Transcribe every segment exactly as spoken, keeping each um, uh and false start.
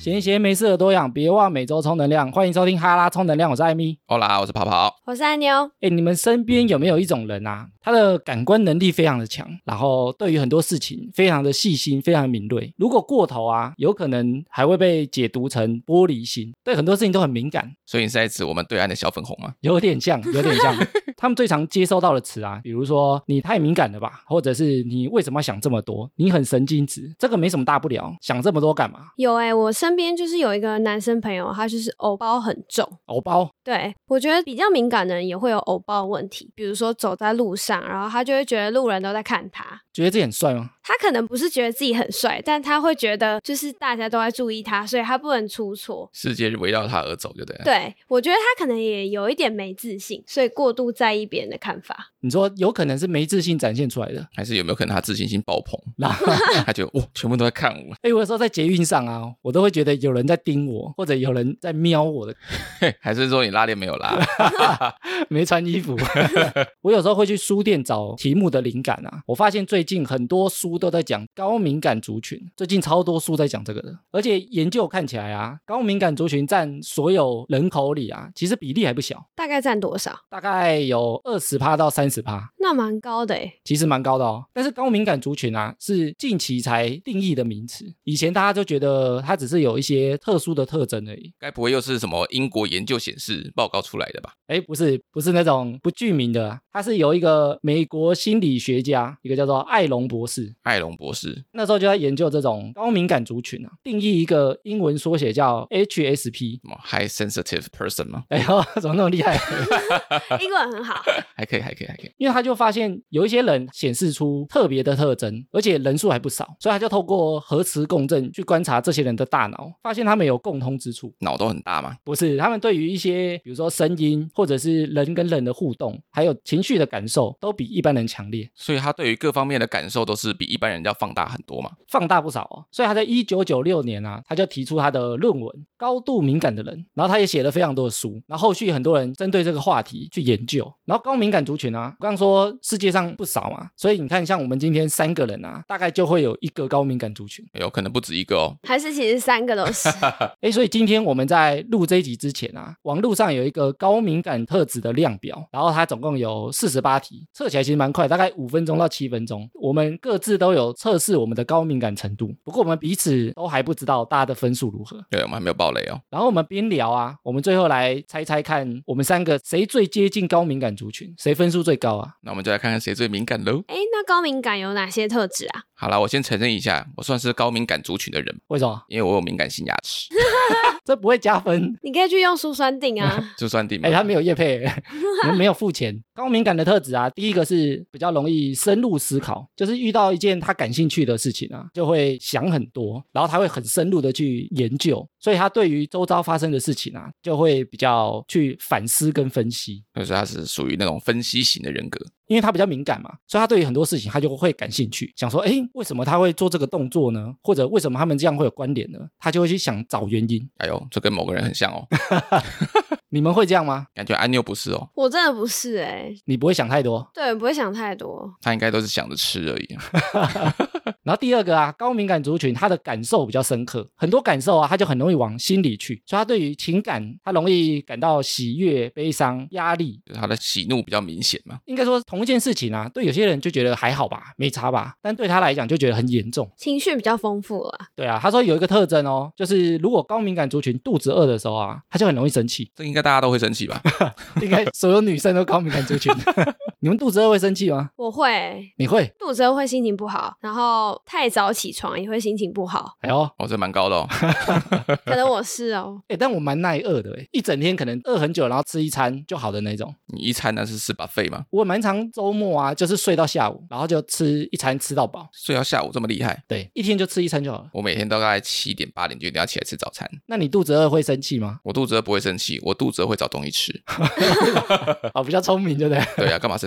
闲闲没事的多养，别忘每周充能量。欢迎收听哈拉充能量，我是艾米。 欧啦，我是跑跑， 我是安妞。 哎，你们身边有没有一种人啊，他的感官能力非常的强，然后对于很多事情非常的细心，非常的敏锐，如果过头啊，有可能还会被解读成玻璃心，对很多事情都很敏感。 所以你是在指我们对岸的小粉红吗？ 有点像，有点像。他们最常接收到的词啊，比如说你太敏感了吧，或者是你为什么要想这么多，你很神经质，这个没什么大不了，想这么多干嘛？ 有哎、欸，我身边就是有一个男生朋友，他就是偶包很重。 偶包？ 对，我觉得比较敏感的人也会有偶包的问题，比如说走在路上，然后他就会觉得路人都在看他， 觉得自己很帅吗？ 他可能不是觉得自己很帅，但他会觉得就是大家都在注意他，所以他不能出错， 世界围绕他而走就对了。 对，我觉得他可能也有一点没自信，所以过度在意别人的看法。 你说有可能是没自信展现出来的， 还是有没有可能他自信心爆棚他觉得哇，全部都在看我。 哎、欸，我有时候在捷运上啊，我都会觉得有人在盯我，或者有人在瞄我的还是说你拉链没有拉没穿衣服我有时候会去书店找题目的灵感啊，我发现最近很多书都在讲高敏感族群，最近超多书在讲这个的，而且研究看起来啊，高敏感族群占所有人口里啊，其实比例还不小。 大概占多少？ 大概有 百分之二十 到 百分之三十， 那蛮高的耶。 其实蛮高的哦。但是高敏感族群啊是近期才定义的名词，以前大家就觉得它只是有一些特殊的特征而已。 该不会又是什么英国研究显示报告出来的吧？ 哎，不是，不是那种不具名的，他是有一个美国心理学家，一个叫做艾隆博士。 艾隆博士那时候就在研究这种高敏感族群啊，定义一个英文缩写叫 H S P， 什么 High Sensitive Person 吗？ 哎呦，怎么那么厉害英文很好还可以还可以还可以。 因为他就发现有一些人显示出特别的特征，而且人数还不少，所以他就透过核磁共振去观察这些人的大脑，发现他们有共通之处。 脑都很大吗？ 不是，他们对于一些比如说声音或者是人跟人的互动还有情绪的感受都比一般人强烈， 所以他对于各方面的感受都是比一般人要放大很多嘛？ 放大不少哦。所以他在一九九六年啊，他就提出他的论文《高度敏感的人》，然后他也写了非常多的书，然后后续很多人针对这个话题去研究。然后高敏感族群啊，我刚刚说世界上不少嘛，所以你看像我们今天三个人啊，大概就会有一个高敏感族群， 有可能不止一个哦， 还是其实三个都是诶，所以今天我们在录这一集之前啊，网络上有一个高敏感特质的量表，然后它总共有四十八题，测起来其实蛮快，大概五分钟到七分钟，我们各自都有测试我们的高敏感程度，不过我们彼此都还不知道大家的分数如何。 对，我们还没有爆雷哦。 然后我们边聊啊，我们最后来猜猜看我们三个谁最接近高敏感族群，谁分数最高啊？ 那我们就来看看谁最敏感咯。 哎，那高敏感有哪些特质啊？ 好啦，我先承认一下，我算是高敏感族群的人。 为什么？ 因为我有敏感性牙齿这不会加分你可以去用舒酸定啊就算定吗？ 哎，他没有业配我们没有付钱。高敏感的特质啊，第一个是比较容易深入思考，就是遇到一件他感兴趣的事情啊，就会想很多，然后他会很深入的去研究，所以他对于周遭发生的事情啊，就会比较去反思跟分析。 所以他是属于那种分析型的人格。 因为他比较敏感嘛，所以他对于很多事情他就会感兴趣，想说，哎，为什么他会做这个动作呢？或者为什么他们这样会有关联呢？他就会去想找原因。 哎呦，这跟某个人很像哦你们会这样吗？ 感觉安妞不是哦。 我真的不是哎、欸， 你不会想太多？ 对，不会想太多， 他应该都是想着吃而已然后第二个啊，高敏感族群他的感受比较深刻，很多感受啊，他就很容易往心里去，所以他对于情感，他容易感到喜悦、悲伤、压力， 就是他的喜怒比较明显嘛。 应该说同一件事情啊，对有些人就觉得还好吧，没差吧，但对他来讲就觉得很严重， 情绪比较丰富了。 对啊，他说有一个特征哦，就是如果高敏感族群肚子饿的时候啊，他就很容易生气。 这应该大家都会生气吧？ 应该所有女生都高敏感族群你们肚子饿会生气吗？ 我会。 你会？ 肚子饿会心情不好，然后太早起床也会心情不好。 哎呦， 哦，这蛮高的哦可能我是哦。 哎，但我蛮耐饿的，一整天可能饿很久，然后吃一餐就好的那种。 你一餐呢是吃 buffet 吗？ 我蛮常周末啊，就是睡到下午，然后就吃一餐吃到饱。 睡到下午这么厉害？ 对，一天就吃一餐就好了。 我每天大概七点八点就一定要起来吃早餐。 那你肚子饿会生气吗？ 我肚子饿不会生气，我肚子饿会找东西吃哦，比较聪明对不对？ 对啊，干嘛生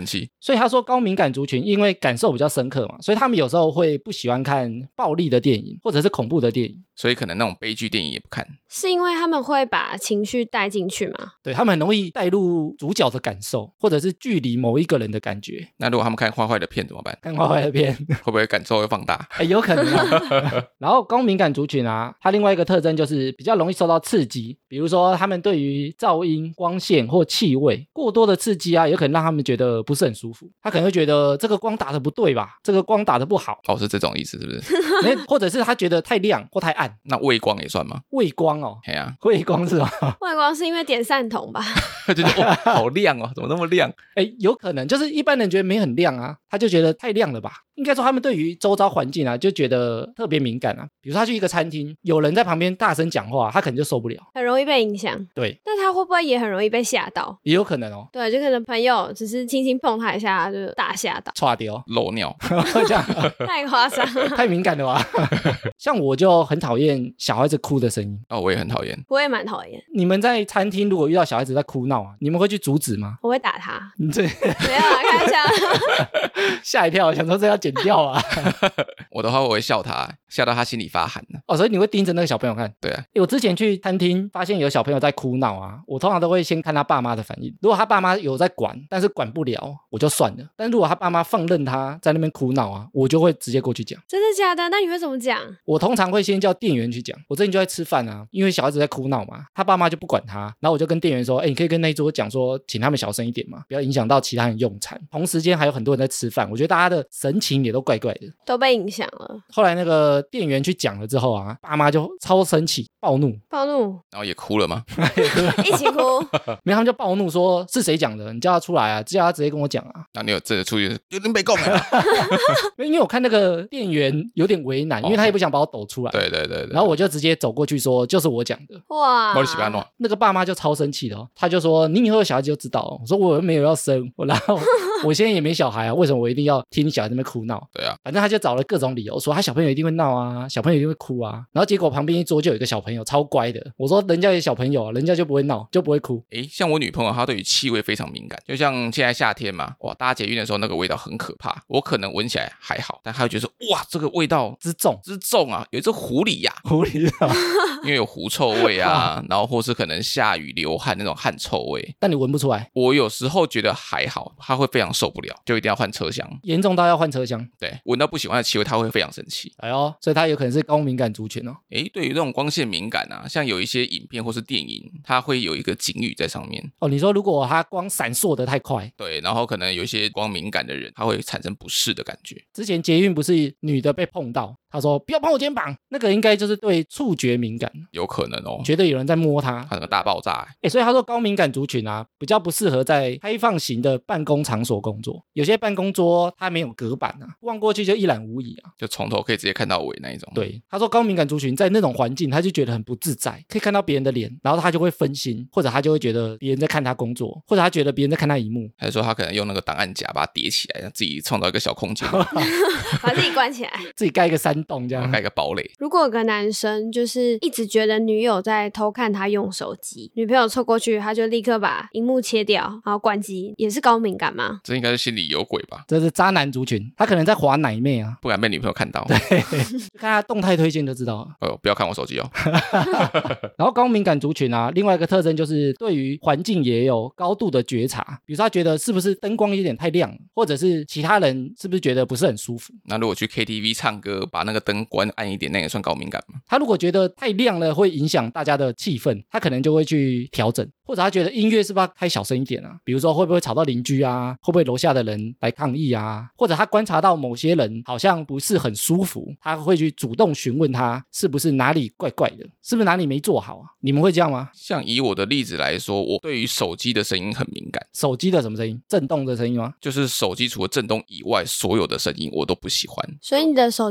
生气。 所以他说高敏感族群因为感受比较深刻嘛，所以他们有时候会不喜欢看暴力的电影或者是恐怖的电影， 所以可能那种悲剧电影也不看。 是因为他们会把情绪带进去吗？ 对，他们很容易带入主角的感受，或者是距离某一个人的感觉。 那如果他们看坏坏的片怎么办？ 看坏坏的片会不会感受会放大？ 哎，有可能啊。然后高敏感族群啊，它另外一个特征就是比较容易受到刺激，比如说他们对于噪音、光线或气味过多的刺激啊，有可能让他们觉得不是很舒服。他可能会觉得这个光打得不对吧，这个光打得不好。 哦，是这种意思是不是？ 或者是他觉得太亮或太暗。 那畏光也算吗？ 畏光哦， 嘿啊， 畏光是吧？ 外光是因为点散瞳吧？ 就觉得哦，好亮哦，怎么那么亮？ 哎，有可能就是一般人觉得没很亮啊，他就觉得太亮了吧。应该说他们对于周遭环境啊就觉得特别敏感啊。比如说他去一个餐厅，有人在旁边大声讲话，他可能就受不了， 很容易被影响。 对， 那他会不会也很容易被吓到？ 也有可能哦。 对，就可能朋友只是轻轻碰他一下，他就大吓到， 唰掉漏尿这样太夸张了。 太敏感了吧。像我就很讨厌小孩子哭的声音。 哦，我也很讨厌。 我也蛮讨厌。 你们在餐厅如果遇到小孩子在哭闹啊，你们会去阻止吗？ 我会打他。 你这没有啦，开玩笑。 吓一跳，想说这要剪掉啊。 我的话我会笑他，笑到他心里发寒了。 哦，所以你会盯着那个小朋友看？ 对啊。 我之前去餐厅发现有小朋友在哭闹啊，我通常都会先看他爸妈的反应。如果他爸妈有在管，但是管不了，我就算了。但如果他爸妈放任他在那边哭闹啊，我就会直接过去讲。 真的假的？那你会怎么讲？ 我通常会先叫店员去讲。我最近就在吃饭啊，因为小孩子在哭闹嘛，他爸妈就不管他，然后我就跟店员说，哎，你可以跟那一桌讲说，请他们小声一点嘛，不要影响到其他人用餐。同时间还有很多人在吃饭，我觉得大家的神情也都怪怪的， 都被影响了。 后来那个店员去讲了之后啊，爸妈就超生气，暴怒， 暴怒， 然后也哭了吗？ 一起哭。 没有，他们就暴怒说是谁讲的，你叫他出来啊，叫他直接跟我讲啊。 然后你有真的出去，有点被供了。 因为我看那个店员有点为难，因为他也不想把我抖出来。 对对对对。 然后我就直接走过去说，就是我讲的。 哇， 我的喜欢弄。 那个爸妈就超生气的哦，他就说你以后有小孩子就知道哦。我说我又没有要生，然后我现在也没小孩啊，为什么我一定要听小孩在那边哭闹？ 对啊， 反正他就找了各种理由说他小朋友一定会闹啊，小朋友一定会哭啊。然后结果旁边一桌就有一个小朋友超乖的，我说人家也小朋友啊，人家就不会闹，就不会哭。 诶，像我女朋友她对于气味非常敏感，就像现在夏天嘛，哇，搭捷运的时候那个味道很可怕，我可能闻起来还好，但她会觉得说哇，这个味道之重之重啊，有一只狐狸呀、啊， 狐狸啊， 因为有狐臭味啊，然后或是可能下雨流汗那种汗臭味， 但你闻不出来。 我有时候觉得还好，她会非常受不了，就一定要换车厢， 严重到要换车厢。 对，闻到不喜欢的气味她会非常生气。 哎呦，所以他有可能是高敏感族群哦。 诶，对于这种光线敏感啊，像有一些影片或是电影，它会有一个警语在上面。 哦，你说如果它光闪烁的太快， 对，然后可能有一些光敏感的人，他会产生不适的感觉。 之前捷运不是女的被碰到，她说不要碰我肩膀，那个应该就是对触觉敏感， 有可能哦， 觉得有人在摸她， 它整个大爆炸。 哎，所以他说高敏感族群啊，比较不适合在开放型的办公场所工作。有些办公桌它没有隔板啊，望过去就一览无遗啊， 就从头可以直接看到尾那一种。 对，他说高敏感族群在那种环境，他就觉得很不自在，可以看到别人的脸，然后他就会分心，或者他就会觉得别人在看他工作，或者他觉得别人在看他荧幕， 还是说他可能用那个档案夹把它叠起来，让自己创造一个小空间， 把自己关起来， 自己盖一个山洞这样， 盖一个堡垒。 如果有个男生就是一直觉得女友在偷看他用手机，女朋友凑过去，他就立刻把荧幕切掉，然后关机，也是高敏感吗？ 这应该是心里有鬼吧？ 这是渣男族群，他可能在滑奶妹啊， 不敢被女朋友看到。 对，就看他动态推荐就知道了。 哦，不要看我手机哦。 然后高敏感族群啊，另外一个特征就是对于环境也有高度的觉察，比如说他觉得是不是灯光有点太亮，或者是其他人是不是觉得不是很舒服。 那如果去 K T V 唱歌，把那个灯关暗一点，那也算高敏感吗？ 他如果觉得太亮了会影响大家的气氛，他可能就会去调整，或者他觉得音乐是不是要开小声一点啊？比如说会不会吵到邻居啊？会不会楼下的人来抗议啊？或者他观察到某些人好像不是很舒服，他会去主动询问他是不是哪里怪怪的，是不是哪里没做好啊？你们会这样吗？ 像以我的例子来说，我对于手机的声音很敏感。 手机的什么声音？震动的声音吗？ 就是手机除了震动以外，所有的声音我都不喜欢。 所以你的手机是无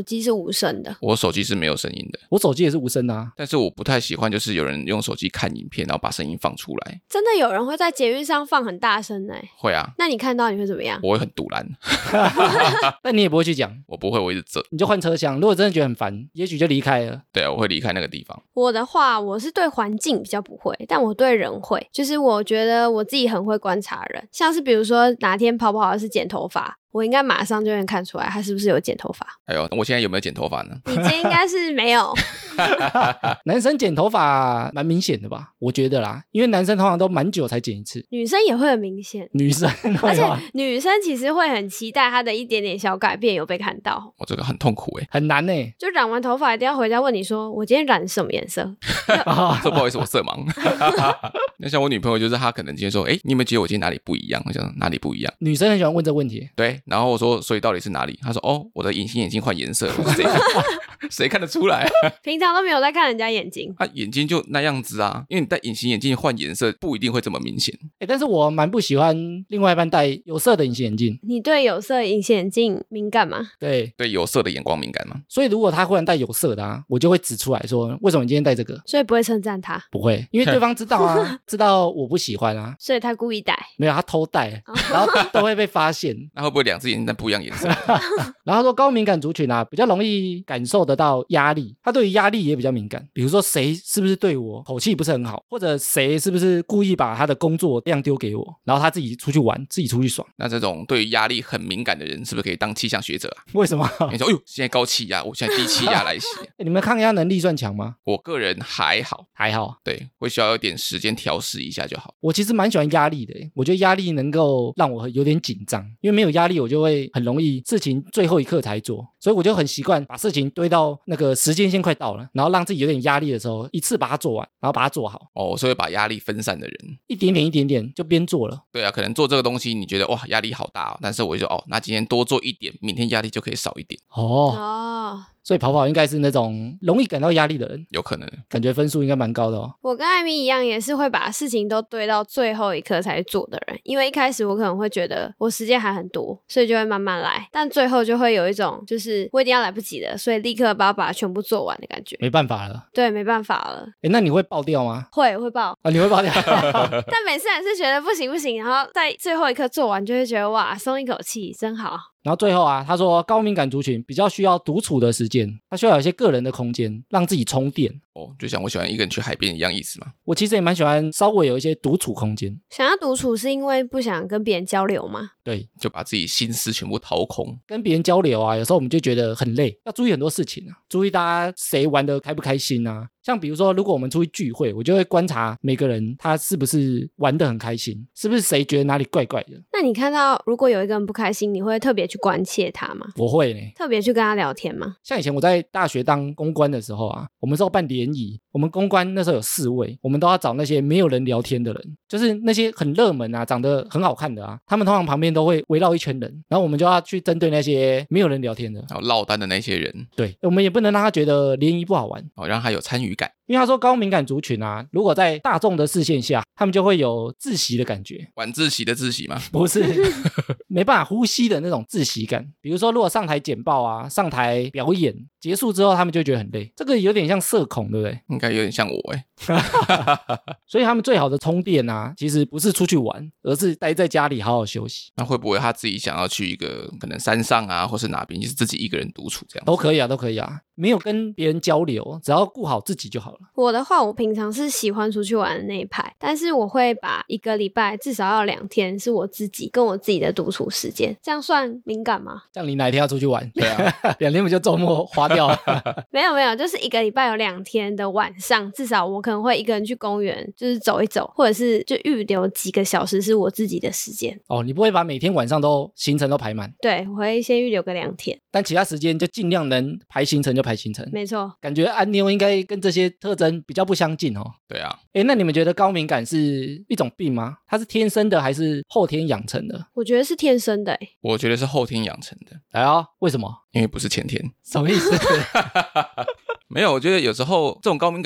无声的？ 我手机是没有声音的， 我手机也是无声的啊。 但是我不太喜欢就是有人用手机看影片然后把声音放出来。 真的有人会在捷运上放很大声的欸？ 会啊。 那你看到你会怎么样？ 我会很堵拦。 但你也不会去讲， 我不会，我一直遮。 你就换车厢。如果真的觉得很烦，也许就离开了。 对啊，我会离开那个地方。 我的话，我是对环境比较不会，但我对人会。就是我觉得我自己很会观察人，像是比如说哪天跑跑是剪头发，我应该马上就能看出来他是不是有剪头发。 还有，我现在有没有剪头发呢？ 你今天应该是没有。 男生剪头发蛮明显的吧？我觉得啦，因为男生通常都蛮久才剪一次， 女生也会很明显。 女生而且会吗？ 女生其实会很期待她的一点点小改变有被看到。 我这个很痛苦哎、 很难呢、 就染完头发一定要回家问你说，我今天染什么颜色？ 啊这不好意思，我色盲。那像我女朋友，就是她可能今天说，哎，你有没有觉得我今天哪里不一样？我想哪里不一样？ 女生很喜欢问这个问题。 对，然后我说，所以到底是哪里？她说，哦，我的隐形眼镜换颜色了。谁看谁看得出来？ 平常都没有在看人家眼睛。 啊，眼睛就那样子啊，因为你戴隐形眼镜换颜色不一定会这么明显。 欸，但是我蛮不喜欢另外一半戴有色的隐形眼镜。 你对有色隐形眼镜敏感吗？ 对， 对有色的眼光敏感吗？ 所以如果他忽然戴有色的啊，我就会指出来说，为什么你今天戴这个？ 所以不会称赞他， 不会，因为对方知道啊，知道我不喜欢啊， 所以他故意戴。 没有他偷戴，然后都会被发现。 那会不会两只眼睛但不一样颜色？ 然后他说高敏感族群啊，比较容易感受得到压力，他对于压力也比较敏感。比如说谁是不是对我口气不是很好，或者谁是不是故意把他的工作量丢给我，然后他自己出去玩，自己出去爽。 那这种对于压力很敏感的人，是不是可以当气象学者啊？ 为什么？ 你说，哎呦，现在高气压，我现在低气压来袭。 欸你们抗压能力算强吗？ 我个人还好， 还好， 对，会需要有点时间调试一下就好。 我其实蛮喜欢压力的欸，我觉得压力能够让我有点紧张，因为没有压力我就会很容易事情最后一刻才做，所以我就很习惯把事情堆到那个时间线快到了，然后让自己有点压力的时候一次把它做完，然后把它做好， 哦，所以把压力分散的人， 一点点一点点就边做了。 对啊，可能做这个东西你觉得哇压力好大哦，但是我就说哦，那今天多做一点，明天压力就可以少一点， 哦， 哦， 所以跑跑应该是那种容易感到压力的人， 有可能。 感觉分数应该蛮高的哦。 我跟艾米一样，也是会把事情都堆到最后一刻才做的人。因为一开始我可能会觉得我时间还很多，所以就会慢慢来，但最后就会有一种就是我一定要来不及了，所以立刻把把它全部做完的感觉。 没办法了。 对，没办法了。 诶，那你会爆掉吗？ 会会爆， 啊，你会爆掉？ 但每次还是觉得不行不行，然后在最后一刻做完，就会觉得哇，松一口气，真好。 然后最后啊，他说高敏感族群比较需要独处的时间，他需要有一些个人的空间，让自己充电。 哦，就像我喜欢一个人去海边一样意思嘛。 我其实也蛮喜欢稍微有一些独处空间。 想要独处是因为不想跟别人交流吗？ 对， 就把自己心思全部掏空。 跟别人交流啊，有时候我们就觉得很累，要注意很多事情啊，注意大家谁玩得开不开心啊。像比如说，如果我们出去聚会，我就会观察每个人他是不是玩得很开心，是不是谁觉得哪里怪怪的。 那你看到如果有一个人不开心，你会特别去关切他吗？ 我会呢， 特别去跟他聊天吗？ 像以前我在大学当公关的时候啊，我们是要办联谊，我们公关那时候有四位，我们都要找那些没有人聊天的人，就是那些很热门啊、长得很好看的啊，他们通常旁边都会围绕一圈人，然后我们就要去针对那些没有人聊天的， 然后落单的那些人， 对，我们也不能让他觉得联谊不好玩， 哦，让他有参与感。 因为他说高敏感族群啊，如果在大众的视线下，他们就会有窒息的感觉， 晚自习的自习吗？ 不是没办法呼吸的那种窒息感。比如说，如果上台简报啊、上台表演结束之后，他们就觉得很累，这个有点像社恐，对不对？ 应该有点像我哎。 所以他们最好的充电啊，其实不是出去玩，而是待在家里好好休息。 那会不会他自己想要去一个可能山上啊，或是哪边，就是自己一个人独处这样？ 都可以啊，都可以啊，没有跟别人交流，只要顾好自己就好了。 我的话，我平常是喜欢出去玩的那一派，但是我会把一个礼拜至少要两天是我自己跟我自己的独处时间，这样算敏感吗？ 像你哪一天要出去玩？ 对啊， 两天不就周末花掉了？ 没有没有，就是一个礼拜有两天的晚上，至少我可能会一个人去公园，就是走一走，或者是就预留几个小时是我自己的时间。 哦，你不会把每天晚上都行程都排满？ 对，我会先预留个两天， 但其他时间就尽量能排行程就排行程。 没错。 感觉安妞应该跟这些特征比较不相近哦。 对啊， 诶，那你们觉得高敏感是一种病吗？它是天生的还是后天养成的？ 我觉得是天生的欸。 我觉得是后天养成的。 来哦，为什么？ 因为不是前天。 什么意思？ 没有，我觉得有时候这种高敏感族群，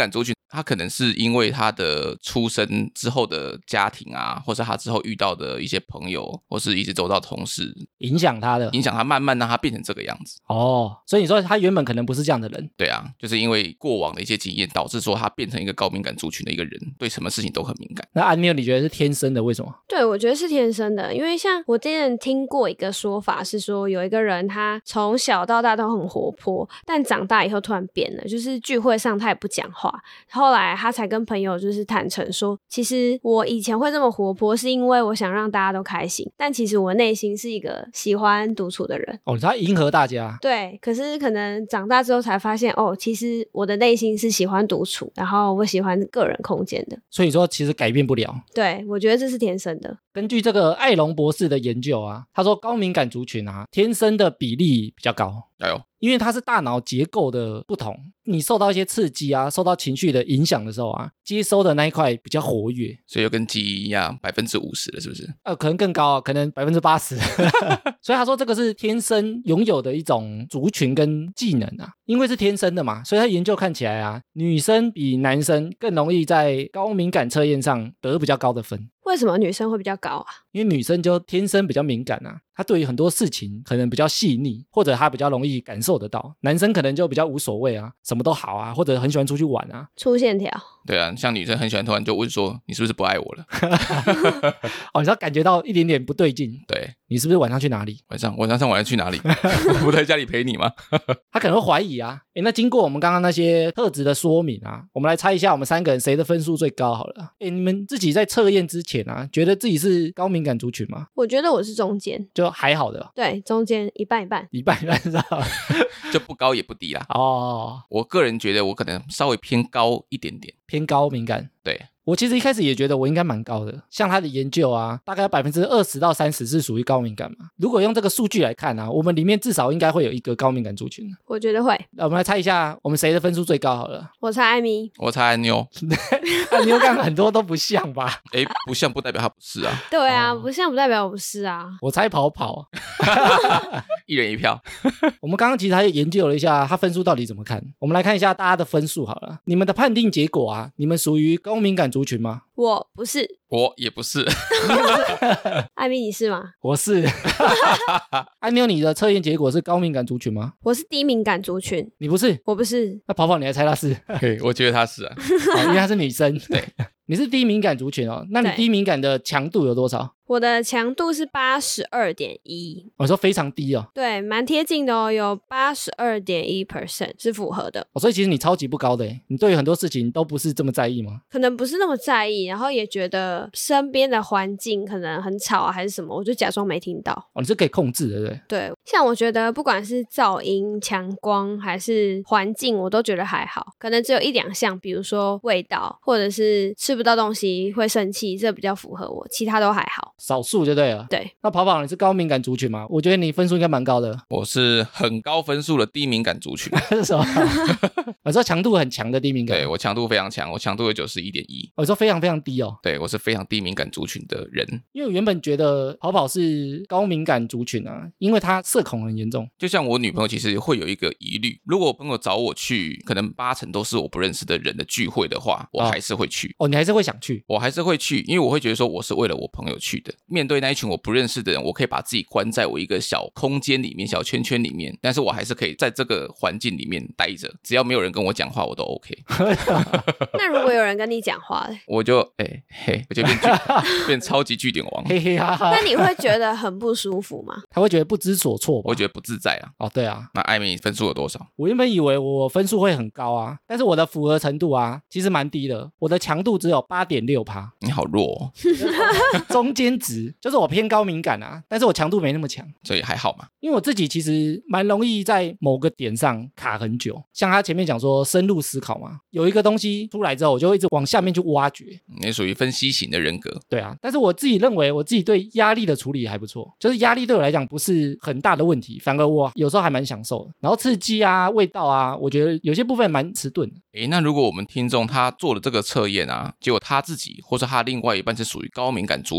他可能是因为他的出生之后的家庭啊，或是他之后遇到的一些朋友，或是一直走到同事影响他的， 影响他慢慢让他变成这个样子。 哦，所以你说他原本可能不是这样的人。 对啊，就是因为过往的一些经验导致说他变成一个高敏感族群的一个人，对什么事情都很敏感。 那安妞你觉得是天生的，为什么？ 对，我觉得是天生的，因为像我之前听过一个说法是说，有一个人他从小到大都很活泼，但长大以后突然变了，就是聚会上他也不讲话，后来他才跟朋友就是坦诚说，其实我以前会这么活泼是因为我想让大家都开心，但其实我内心是一个喜欢独处的人。 哦，他迎合大家。 对，可是可能长大之后才发现，哦，其实我的内心是喜欢独处，然后我喜欢个人空间的。 所以说其实改变不了。 对，我觉得这是天生的。 根据这个艾隆博士的研究啊，他说高敏感族群啊，天生的比例比较高。 哎呦， 因为它是大脑结构的不同，你受到一些刺激啊，受到情绪的影响的时候啊，接收的那一块比较活跃， 所以就跟记忆一样，百分之五十了，是不是？ 呃，可能更高，可能百分之八十。所以他说这个是天生拥有的一种族群跟技能啊，因为是天生的嘛，所以他研究看起来啊，女生比男生更容易在高敏感测验上得比较高的分。 为什么女生会比较高啊？ 因为女生就天生比较敏感啊，她对于很多事情可能比较细腻，或者她比较容易感受得到。男生可能就比较无所谓啊，什么都好啊，或者很喜欢出去玩啊。 粗线条。 对啊，像女生很喜欢突然就问说你是不是不爱我了？ 哦，你知道感觉到一点点不对劲。 对， 你是不是晚上去哪里？ 晚上晚上上晚上去哪里？我不在家里陪你吗？ 他可能会怀疑啊。诶，那经过我们刚刚那些特质的说明啊，我们来猜一下我们三个人谁的分数最高好了。诶，你们自己在测验之前啊，觉得自己是高敏感族群吗？ 我觉得我是中间， 就还好的。 对，中间一半一半， 一半一半是吧？ 就不高也不低啦。 哦， 我个人觉得我可能稍微偏高一点点， 偏高敏感。 对。 我其实一开始也觉得我应该蛮高的，像他的研究啊，大概百分之二十到三十是属于高敏感嘛。如果用这个数据来看啊，我们里面至少应该会有一个高敏感族群。 我觉得会。 那我们来猜一下，我们谁的分数最高好了？ 我猜艾米， 我猜安妞。 安妞刚很多都不像吧？ 哎，不像不代表他不是啊。 对啊， 哦不像不代表我不是啊。 我猜跑跑。 一人一票。 我们刚刚其实还研究了一下他分数到底怎么看，我们来看一下大家的分数好了。你们的判定结果啊，你们属于高敏感族群吗？ 我不是。 我也不是。 艾米你是吗？ 我是。安妞你的测验结果是高敏感族群吗？ 我是低敏感族群。 你不是？ 我不是。 那跑跑你还猜他是？ 嘿，我觉得他是啊。 哦，因为她是女生。 对。 你是低敏感族群哦，那你低敏感的强度有多少？ 我的强度是八十二点一， 我说非常低哦。 对，蛮贴近的哦，有八十二点一 percent 是符合的。 哦，所以其实你超级不高的耶，你对于很多事情都不是这么在意吗？ 可能不是那么在意，然后也觉得身边的环境可能很吵啊，还是什么，我就假装没听到。 哦，你是可以控制的，对不对？ 对，像我觉得不管是噪音、强光还是环境，我都觉得还好，可能只有一两项，比如说味道，或者是吃不到东西会生气，这比较符合我，其他都还好。 少数就对了。 对， 那跑跑你是高敏感族群吗？我觉得你分数应该蛮高的。 我是很高分数的低敏感族群。 是什么？我说强度很强的低敏感。 对，我强度非常强，我强度有九十一点一。 我说非常非常低哦。 对，我是非常低敏感族群的人。 因为我原本觉得跑跑是高敏感族群啊，因为他社恐很严重。 就像我女朋友其实会有一个疑虑，如果我朋友找我去，可能八成都是我不认识的人的聚会的话，我还是会去。 哦，你还是会想去？ 我还是会去，因为我会觉得说我是为了我朋友去的。面对那一群我不认识的人，我可以把自己关在我一个小空间里面、小圈圈里面，但是我还是可以在这个环境里面待着，只要没有人跟我讲话，我都 OK。 那如果有人跟你讲话嘞， 我就哎、欸、嘿，我就变变超级句点王， 嘿嘿哈哈。 那你会觉得很不舒服吗？ 他会觉得不知所措吧？ 我会觉得不自在啊。 哦，对啊。 那艾米分数有多少？ 我原本以为我分数会很高啊，但是我的符合程度啊，其实蛮低的。我的强度只有 八点六趴。 你好弱哦。 中间值，就是我偏高敏感啊，但是我强度没那么强， 所以还好嘛。 因为我自己其实蛮容易在某个点上卡很久，像他前面讲说深入思考嘛，有一个东西出来之后，我就会一直往下面去挖掘。 你属于分析型的人格。 对啊，但是我自己认为我自己对压力的处理还不错，就是压力对我来讲不是很大的问题，反而我有时候还蛮享受的。然后刺激啊、味道啊，我觉得有些部分蛮迟钝的。 诶，那如果我们听众他做了这个测验啊，结果他自己或是他另外一半是属于高敏感族群的话，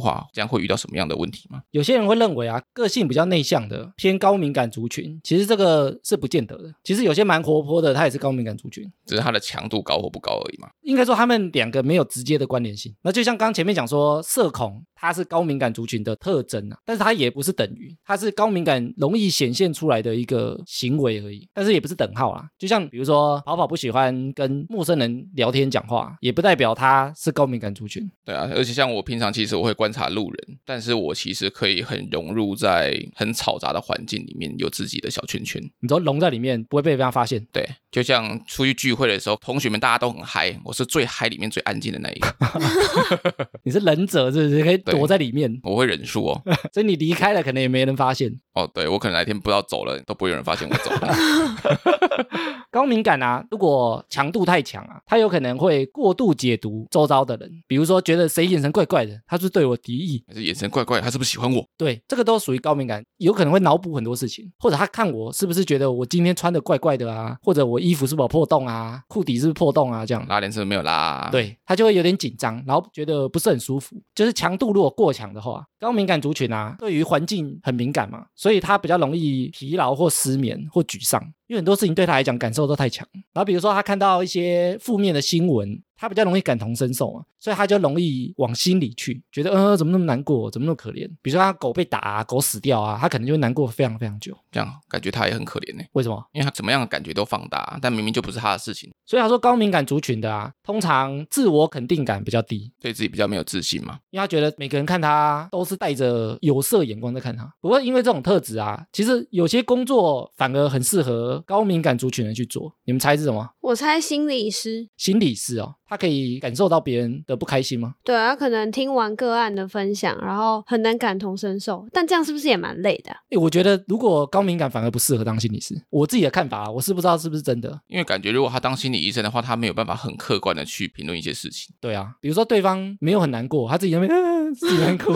话，这样会遇到什么样的问题吗？ 有些人会认为啊，个性比较内向的偏高敏感族群，其实这个是不见得的。其实有些蛮活泼的，他也是高敏感族群， 只是它的强度高或不高而已嘛。 应该说他们两个没有直接的关联性。那就像刚前面讲说，社恐它是高敏感族群的特征啊，但是它也不是等于，它是高敏感容易显现出来的一个行为而已，但是也不是等号啦。就像比如说跑跑不喜欢跟陌生人聊天讲话，也不代表他是高敏感族群。 对啊，而且像我平常其实我会观察路人，但是我其实可以很融入在很嘈杂的环境里面，有自己的小圈圈。 你说融在里面不会被人家发现。 对，就像出去聚会的时候，同学们大家都很嗨，我是最嗨里面最安静的那一个。 你是忍者是不是？可以躲在里面。 我会忍术哦。 所以你离开了可能也没人发现。 哦，对，我可能哪天不知道走了，都不会有人发现我走了。 高敏感啊，如果强度太强啊，他有可能会过度解读周遭的人，比如说觉得谁眼神怪怪的，他是对我敌意， 还是眼神怪怪，他是不是喜欢我？ 对，这个都属于高敏感，有可能会脑补很多事情，或者他看我是不是觉得我今天穿的怪怪的啊，或者我衣服是不是有破洞啊，裤底是不是破洞啊，这样拉链是不是没有拉啊？ 对，他就会有点紧张，然后觉得不是很舒服。就是强度如果过强的话，高敏感族群啊，对于环境很敏感嘛，所以他比较容易疲劳或失眠或沮丧，因为很多事情对他来讲感受都太强。然后比如说他看到一些负面的新闻，他比较容易感同身受嘛，所以他就容易往心里去，觉得呃怎么那么难过，怎么那么可怜。比如说他狗被打啊，狗死掉啊，他可能就会难过非常非常久。 这样感觉他也很可怜呢。 为什么？ 因为他怎么样的感觉都放大，但明明就不是他的事情。 所以他说高敏感族群的啊，通常自我肯定感比较低， 对自己比较没有自信嘛。 因为他觉得每个人看他都是带着有色眼光在看他。不过因为这种特质啊，其实有些工作反而很适合高敏感族群人去做。你们猜是什么？ 我猜心理师。 心理师哦，他可以感受到别人的不开心吗？ 对，他可能听完个案的分享，然后很能感同身受，但这样是不是也蛮累的啊？ 诶，我觉得如果高敏感反而不适合当心理师，我自己的看法啊，我是不知道是不是真的。 因为感觉如果他当心理医生的话，他没有办法很客观的去评论一些事情。 对啊，比如说对方没有很难过，他自己在那边、呃、自己很哭。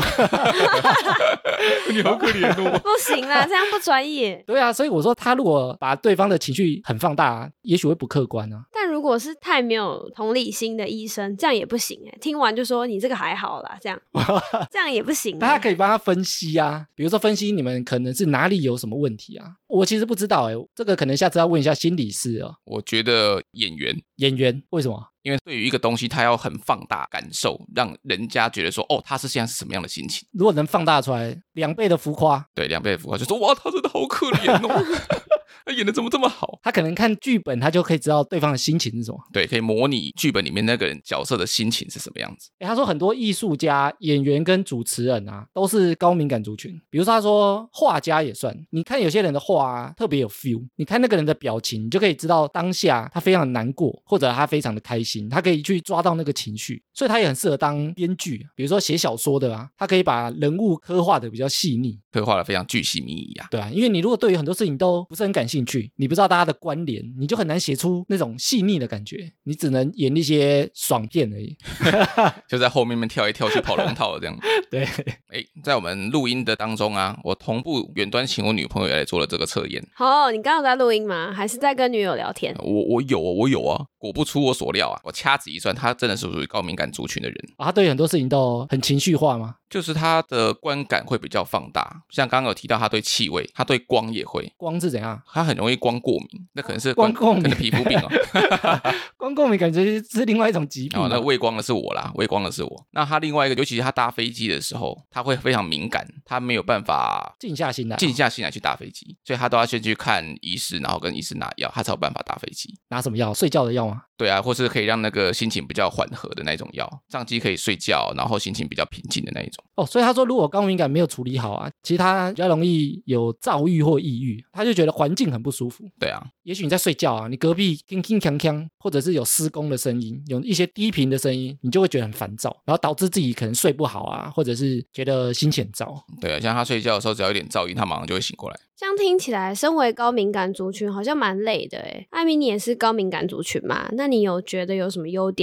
你好可怜哦。 不行啦，这样不专业。 对啊，所以我说他如果把对方的情绪很放大，也许会不客观啊。 但如果是太没有同理心的医生，这样也不行哎。听完就说你这个还好啦，这样这样也不行。 大家可以帮他分析啊，比如说分析你们可能是哪里有什么问题啊。我其实不知道哎，这个可能下次要问一下心理师哦。 我觉得演员， 演员为什么？ 因为对于一个东西，他要很放大感受，让人家觉得说，哦，他是现在是什么样的心情。 如果能放大出来两倍的浮夸， 对，两倍的浮夸，就说哇，他真的好可怜哦。他演的怎么这么好？ 他可能看剧本，他就可以知道对方的心情是什么。 对，可以模拟剧本里面那个人角色的心情是什么样子。 诶，他说很多艺术家、演员跟主持人啊，都是高敏感族群。比如说他说画家也算，你看有些人的画啊，特别有 feel， 你看那个人的表情，你就可以知道当下他非常的难过，或者他非常的开心，他可以去抓到那个情绪。所以他也很适合当编剧，比如说写小说的啊，他可以把人物刻画的比较细腻， 刻画的非常巨细靡遗啊。 对啊，因为你如果对于很多事情都不是很感兴趣，你不知道大家的关联，你就很难写出那种细腻的感觉，你只能演一些爽片而已。 就在后面面跳一跳去跑龙套这样。 对， 哎，在我们录音的当中啊，我同步远端请我女朋友来做了这个测验。 哦，你刚刚有在录音吗？还是在跟女友聊天？ 我我有我有啊，果不出我所料啊，我掐指一算，她真的是属于高敏感族群的人。 啊，他对很多事情都很情绪化吗？ 就是他的观感会比较放大，像刚刚有提到他对气味，他对光也会。 光是怎样？ 他很容易光过敏，那可能是光过敏， 可能皮肤病哦。 光过敏感觉是另外一种疾病。 哦，那畏光的是我啦，畏光的是我。那他另外一个，尤其是他搭飞机的时候，他会非常敏感，他没有办法静下心来， 静下心来去搭飞机，所以他都要先去看医师，然后跟医师拿药，他才有办法搭飞机。 拿什么药？睡觉的药吗？ 对啊，或是可以让那个心情比较缓和的那种药，上机可以睡觉，然后心情比较平静的那一种。 哦，所以他说，如果高敏感没有处理好啊，其实他比较容易有躁郁或抑郁，他就觉得环境很不舒服。 对啊， 也许你在睡觉啊，你隔壁铿铿锵锵，或者是有施工的声音，有一些低频的声音，你就会觉得很烦躁，然后导致自己可能睡不好啊，或者是觉得心情躁。 对啊，像他睡觉的时候，只要有点噪音，他马上就会醒过来。 这样听起来，身为高敏感族群好像蛮累的诶。艾米，你也是高敏感族群嘛？那你有觉得有什么优点吗？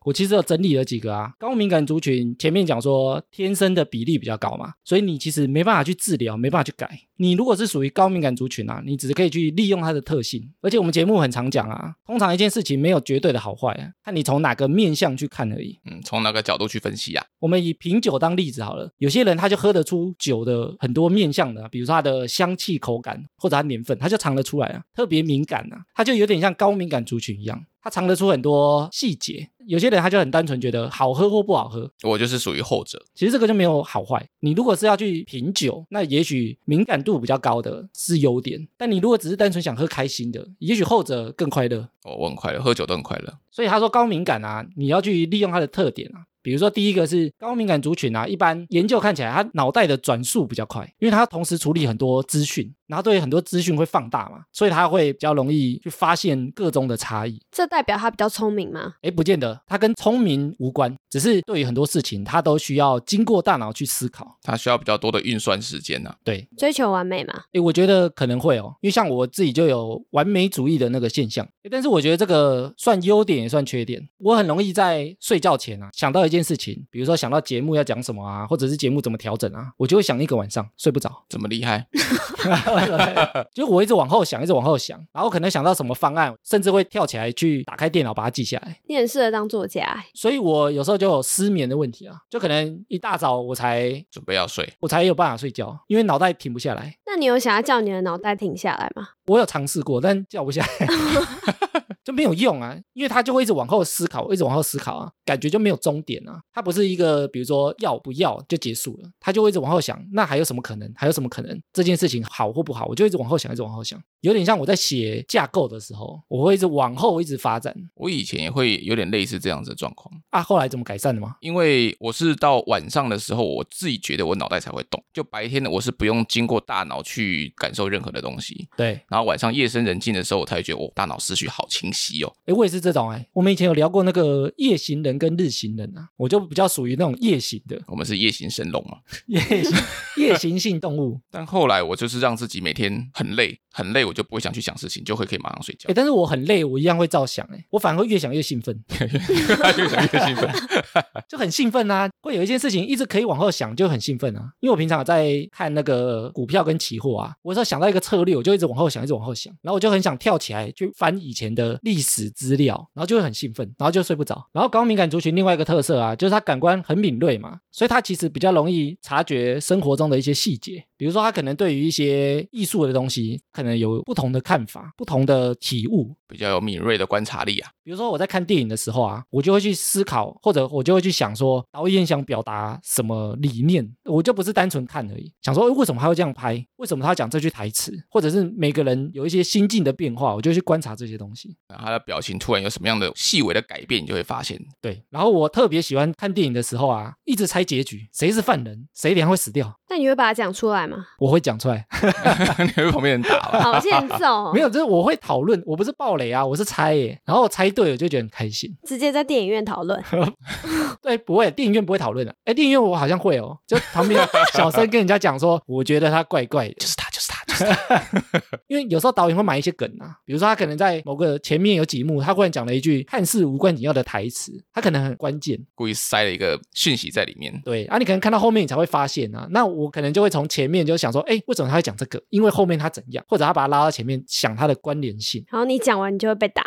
我其实有整理了几个啊。高敏感族群前面讲说天生的比例比较高嘛，所以你其实没办法去治疗，没办法去改。你如果是属于高敏感族群啊，你只是可以去利用它的特性。而且我们节目很常讲啊，通常一件事情没有绝对的好坏啊，看你从哪个面向去看而已。 嗯，从哪个角度去分析啊？ 我们以品酒当例子好了，有些人他就喝得出酒的很多面向的、啊，比如说它的香气、口感或者它年份，他就尝得出来啊，特别敏感啊，他就有点像高敏感族群一样。他尝得出很多细节，有些人他就很单纯觉得好喝或不好喝， 我就是属于后者。 其实这个就没有好坏。你如果是要去品酒，那也许敏感度比较高的是优点，但你如果只是单纯想喝开心的，也许后者更快乐。 哦，我很快乐，喝酒都很快乐。 所以他说高敏感啊，你要去利用它的特点啊。比如说第一个是高敏感族群啊，一般研究看起来他脑袋的转速比较快，因为他同时处理很多资讯，然后对很多资讯会放大嘛，所以他会比较容易去发现个中的差异。 这代表他比较聪明吗？ 诶，不见得，他跟聪明无关，只是对于很多事情他都需要经过大脑去思考， 他需要比较多的运算时间啊。 对， 追求完美嘛。 诶，我觉得可能会哦，因为像我自己就有完美主义的那个现象，诶，但是我觉得这个算优点也算缺点。我很容易在睡觉前啊想到一件事情，比如说想到节目要讲什么啊，或者是节目怎么调整啊，我就会想一个晚上睡不着。 这么厉害？ 就我一直往后想，一直往后想，然后可能想到什么方案，甚至会跳起来去打开电脑把它记下来。 你很适合当作家欸。 所以我有时候就有失眠的问题啊，就可能一大早我才准备要睡， 我才有办法睡觉，因为脑袋停不下来。 那你有想要叫你的脑袋停下来吗？ 我有尝试过，但叫不下来。就没有用啊，因为他就会一直往后思考，一直往后思考啊，感觉就没有终点啊。它不是一个比如说要不要就结束了，他就会一直往后想，那还有什么可能？还有什么可能？这件事情好或不好，我就一直往后想，一直往后想，有点像我在写架构的时候，我会一直往后一直发展。 我以前也会有点类似这样子的状况啊。后来怎么改善的吗？ 因为我是到晚上的时候，我自己觉得我脑袋才会动，就白天的我是不用经过大脑去感受任何的东西。 对， 然后晚上夜深人静的时候，我才会觉得我、哦、大脑思绪好清晰哦。 诶，我也是这种哎，我们以前有聊过那个夜行人跟日行人啊，我就比较属于那种夜行的。 我们是夜行神龙嘛， 夜行夜行性动物。 但后来我就是让自己每天很累，很累，我就不会想去想事情，就会可以马上睡觉。 诶，但是我很累，我一样会照想哎，我反而会越想越兴奋， 越想越兴奋， 就很兴奋啊！会有一件事情一直可以往后想，就很兴奋啊。因为我平常在看那个股票跟期货啊，我说想到一个策略，我就一直往后想，一直往后想，然后我就很想跳起来去翻以前的历史资料，然后就会很兴奋，然后就睡不着。然后高敏感族群另外一个特色啊，就是他感官很敏锐嘛，所以他其实比较容易察觉生活中的一些细节，比如说他可能对于一些艺术的东西可能有不同的看法，不同的体悟， 比较有敏锐的观察力啊。 比如说我在看电影的时候啊，我就会去思考，或者我就会去想说导演想表达什么理念，我就不是单纯看而已，想说为什么他会这样拍，为什么他要讲这句台词，或者是每个人有一些心境的变化，我就去观察这些东西。 然后他的表情突然有什么样的细微的改变，你就会发现。 对，然后我特别喜欢看电影的时候啊，一直猜结局，谁是犯人，谁等下会死掉。 那你会把它讲出来吗？ 我会讲出来。 你会旁边人打吗？ 好欠揍。 没有，就是我会讨论，我不是爆雷啊，我是猜耶，然后我猜对了就觉得很开心。 直接在电影院讨论。 对，不会，电影院不会讨论的。哎，电影院我好像会哦，就旁边小声跟人家讲说，我觉得他怪怪的， 就是他，就是他，就是他。 因为有时候导演会埋一些梗啊，比如说他可能在某个前面有几幕，他忽然讲了一句看似无关紧要的台词，他可能很关键， 故意塞了一个讯息在里面。 对啊，你可能看到后面你才会发现啊，那我可能就会从前面就想说，哎，为什么他会讲这个？因为后面他怎样，或者他把他拉到前面想他的关联性。 然后你讲完你就会被打。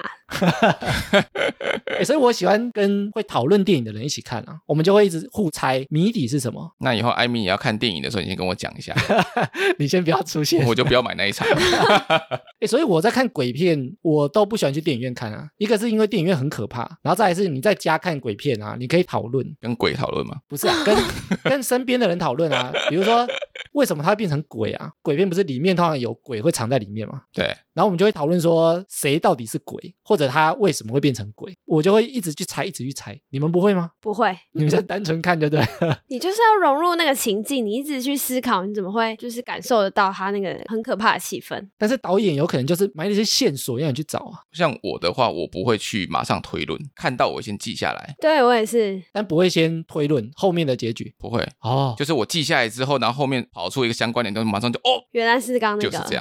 所以我喜欢跟会讨论电影的人一起看啊，我们就会一直互猜谜底是什么。 那以后艾米也要看电影的时候，你先跟我讲一下。 你先不要出现， 我就不要买那一场。 欸、所以我在看鬼片，我都不喜欢去电影院看啊。一个是因为电影院很可怕，然后再来是你在家看鬼片啊，你可以讨论， 跟鬼讨论吗？ 不是啊，跟跟身边的人讨论啊。比如说为什么它会变成鬼啊？鬼片不是里面通常有鬼会藏在里面吗？ 对。 然后我们就会讨论说谁到底是鬼，或者他为什么会变成鬼。我就会一直去猜，一直去猜。你们不会吗？ 不会， 你们就单纯看就对了。 你就是要融入那个情境，你一直去思考，你怎么会就是感受得到他那个很可怕的气氛。 但是导演有可能就是埋了一些线索让你去找啊。 像我的话，我不会去马上推论，看到我先记下来。 对，我也是， 但不会先推论后面的结局。 不会哦， 就是我记下来之后，然后后面跑出一个相关联东西，马上就哦， 原来是刚刚那个， 啊， 就是这样子。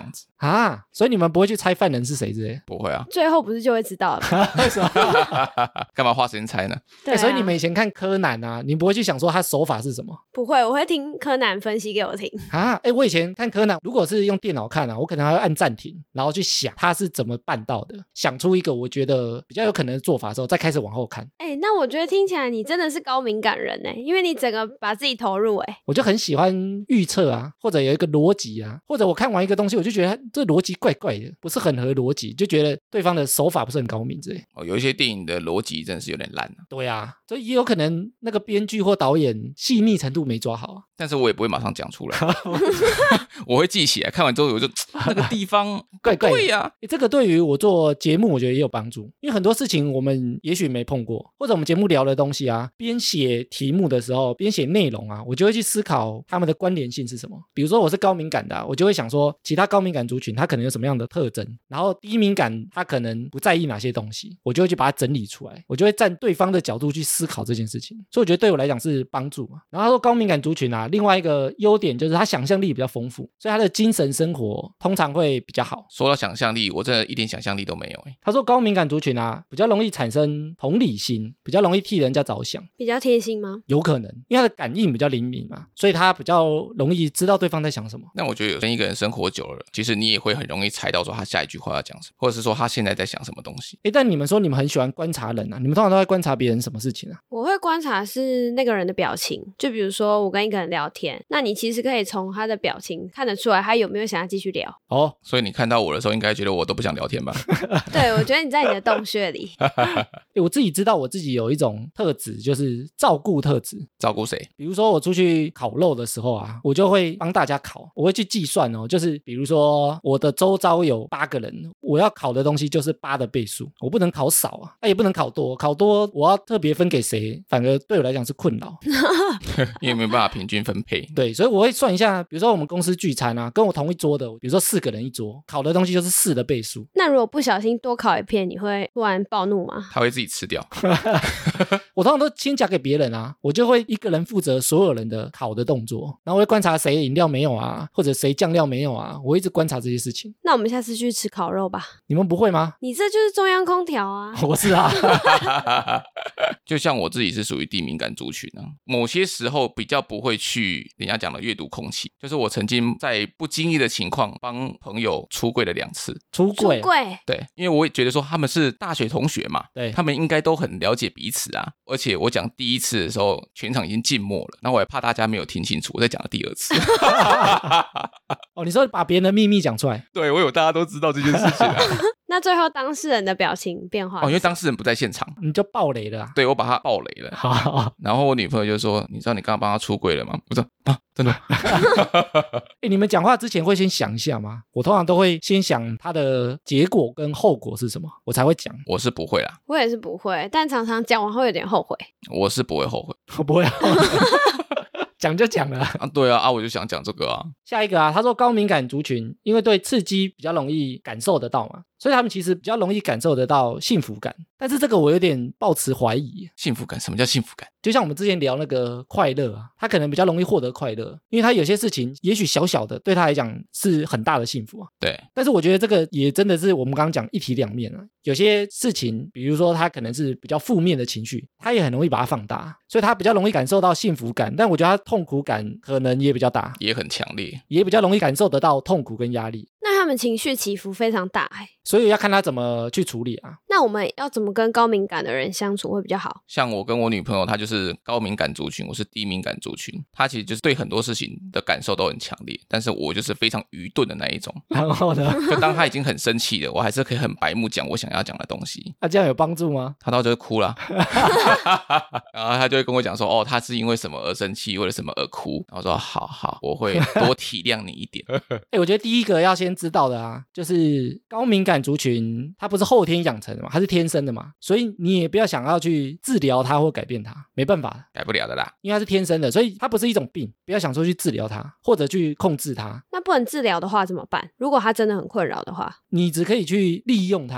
啊，所以你们不会去猜犯人是谁之类的？ 不会啊， 最后不是就会知道了吗？ 为什么？ 干嘛花时间猜呢？ 对、啊欸所以你们以前看柯南啊，你不会去想说他手法是什么不会，我会听柯南分析给我听。 啊？哎、我以前看柯南，如果是用电脑看啊，我可能还会按暂停，然后去想他是怎么办到的，想出一个我觉得比较有可能的做法的时候，再开始往后看。 哎、那我觉得听起来你真的是高敏感人哎，因为你整个把自己投入哎。 我就很喜欢预测啊，或者有一个逻辑啊，或者我看完一个东西，我就觉得这逻辑怪怪的，不是很合逻辑，就觉得对方的手法不是很高明之类。 哦，有一些电影的逻辑真的是有点烂啊， 对啊，所以也有可能那个编剧或导演细腻程度没抓好啊。 但是我也不会马上讲出来，我会记起来，看完之后我就那个地方怪怪的对呀、啊， 诶这个对于我做节目，我觉得也有帮助，因为很多事情我们也许没碰过，或者我们节目聊的东西啊，边写题目的时候，边写内容啊，我就会去思考他们的关联性是什么。比如说我是高敏感的、啊，我就会想说，其他高敏感族群他可能有什么样的特征，然后低敏感他可能不在意哪些东西，我就会去把它整理出来，我就会站对方的角度去思考这件事情，所以我觉得对我来讲是帮助嘛。然后他说高敏感族群啊，另外一个优点就是他想象力比较丰富，所以他的精神生活通常会比较好。 说到想象力，我真的一点想象力都没有哎。 他说高敏感族群啊，比较容易产生同理心，比较容易替人家着想， 比较贴心吗？ 有可能，因为他的感应比较灵敏嘛，所以他比较容易知道对方在想什么。 那我觉得跟一个人生活久了，其实你也会很容易猜到说他下一句话要讲什么，或者是说他现在在想什么东西。 诶，但你们说你们很喜欢观察人啊，你们通常都在观察别人什么事情啊？ 我会观察是那个人的表情，就比如说我跟一个人聊天，那你其实可以从他的表情看得出来他有没有想要继续聊。 哦， 所以你看到我的时候，应该觉得我都不想聊天吧？ 对，我觉得你在你的洞穴里。 诶我自己知道我自己有一种特质，就是照顾特质。 照顾谁？ 比如说我出去烤肉的时候啊，我就会帮大家烤，我会去计算哦，就是比如说我的周遭有八个人，我要烤的东西就是八的倍数，我不能烤少啊，那、也不能烤多，烤多我要特别分给谁，反而对我来讲是困扰。 因为没办法平均分配。 对，所以我会算一下，比如说我们公司聚餐啊，跟我同一桌的，比如说四个人一桌，烤的东西就是四的倍数。 那如果不小心多烤一片，你会突然暴怒吗？ 他会自己吃掉。 我通常都先夹给别人啊，我就会一个人负责所有人的烤的动作，然后我会观察谁饮料没有啊，或者谁酱料没有啊，我一直观察这些事情。 那我们下次去吃烤肉吧。 你们不会吗？ 你这就是中央空调啊。 我是啊。 就像我自己是属于低敏感族群啊，某些时候比较不会去人家讲的阅读空气。就是我曾经在不经意的情况帮朋友出柜了两次。 出出柜， 柜， 对，因为我也觉得说他们是大学同学嘛， 对他们应该都很了解彼此啊。而且我讲第一次的时候，全场已经静默了，那我也怕大家没有听清楚，我再讲了第二次。 哦，你说把别人的秘密讲出来， 对，我有大家都知道这件事情啊。 那最后当事人的表情变化哦，因为当事人不在现场， 你就爆雷了啊。 对，我把他爆雷了。 好好好， 然后我女朋友就说：“你知道你刚刚帮他出柜了吗？”我说：“啊，真的。 哎，你们讲话之前会先想一下吗？我通常都会先想它的结果跟后果是什么，我才会讲。” 我是不会啦， 我也是不会，但常常讲完会有点后悔。 我是不会后悔我不会、啊，讲就讲了啊。 啊。对啊，啊，我就想讲这个啊。 下一个啊，他说高敏感族群因为对刺激比较容易感受得到嘛，所以他们其实比较容易感受得到幸福感。但是这个我有点抱持怀疑， 幸福感，什么叫幸福感？ 就像我们之前聊那个快乐啊，他可能比较容易获得快乐，因为他有些事情也许小小的对他来讲是很大的幸福啊。 对， 但是我觉得这个也真的是我们刚刚讲一体两面啊。有些事情，比如说他可能是比较负面的情绪，他也很容易把它放大，所以他比较容易感受到幸福感，但我觉得他痛苦感可能也比较大， 也很强烈。 也比较容易感受得到痛苦跟压力， 那他们情绪起伏非常大哎， 所以要看他怎么去处理啊。 那我们要怎么跟高敏感的人相处会比较好？ 像我跟我女朋友，她就是高敏感族群，我是低敏感族群。她其实就是对很多事情的感受都很强烈，但是我就是非常愚钝的那一种。 然后呢， 就当她已经很生气了，我还是可以很白目讲我想要讲的东西。 那、啊、这样有帮助吗？ 她到最后哭了，然后她就会跟我讲说：“哦，她是因为什么而生气，为了什么而哭。”然后我说：“好好，我会多体谅你一点。” 哎，我觉得第一个要先知道的啊，就是高敏感族群，它不是后天养成的嘛，它是天生的嘛，所以你也不要想要去治疗它或改变它，没办法， 改不了的啦。 因为它是天生的，所以它不是一种病，不要想说去治疗它或者去控制它， 那不能治疗的话怎么办？如果他真的很困扰的话， 你只可以去利用它而已。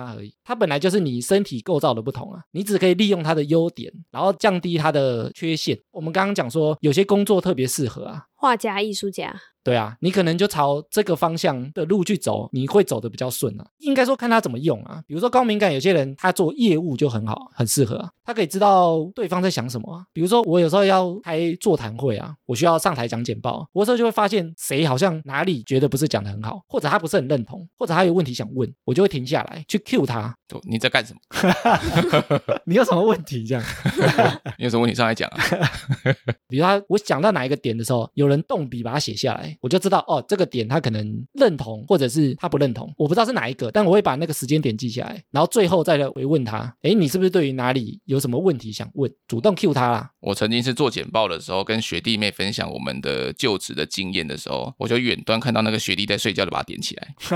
它本来就是你身体构造的不同啊，你只可以利用它的优点，然后降低它的缺陷。我们刚刚讲说有些工作特别适合啊， 画家、艺术家。 对啊，你可能就朝这个方向的路去走，你会走得比较顺啊。应该说看他怎么用啊。比如说高敏感，有些人他做业务就很好，很适合啊。他可以知道对方在想什么啊。比如说我有时候要开座谈会啊，我需要上台讲简报，我有时候就会发现谁好像哪里觉得不是讲得很好，或者他不是很认同，或者他有问题想问，我就会停下来去 cue 他。 你在干什么？ 你有什么问题这样？ 你有什么问题上来讲啊？ 比如他我讲到哪一个点的时候，有人动笔把它写下来，我就知道哦，这个点他可能认同，或者是他不认同，我不知道是哪一个，但我会把那个时间点记下来，然后最后再来回问他，诶，你是不是对于哪里有什么问题想问，主动 cue 他啦。 我曾经是做简报的时候，跟学弟妹分享我们的就职的经验的时候，我就远端看到那个学弟在睡觉，就把它点起来。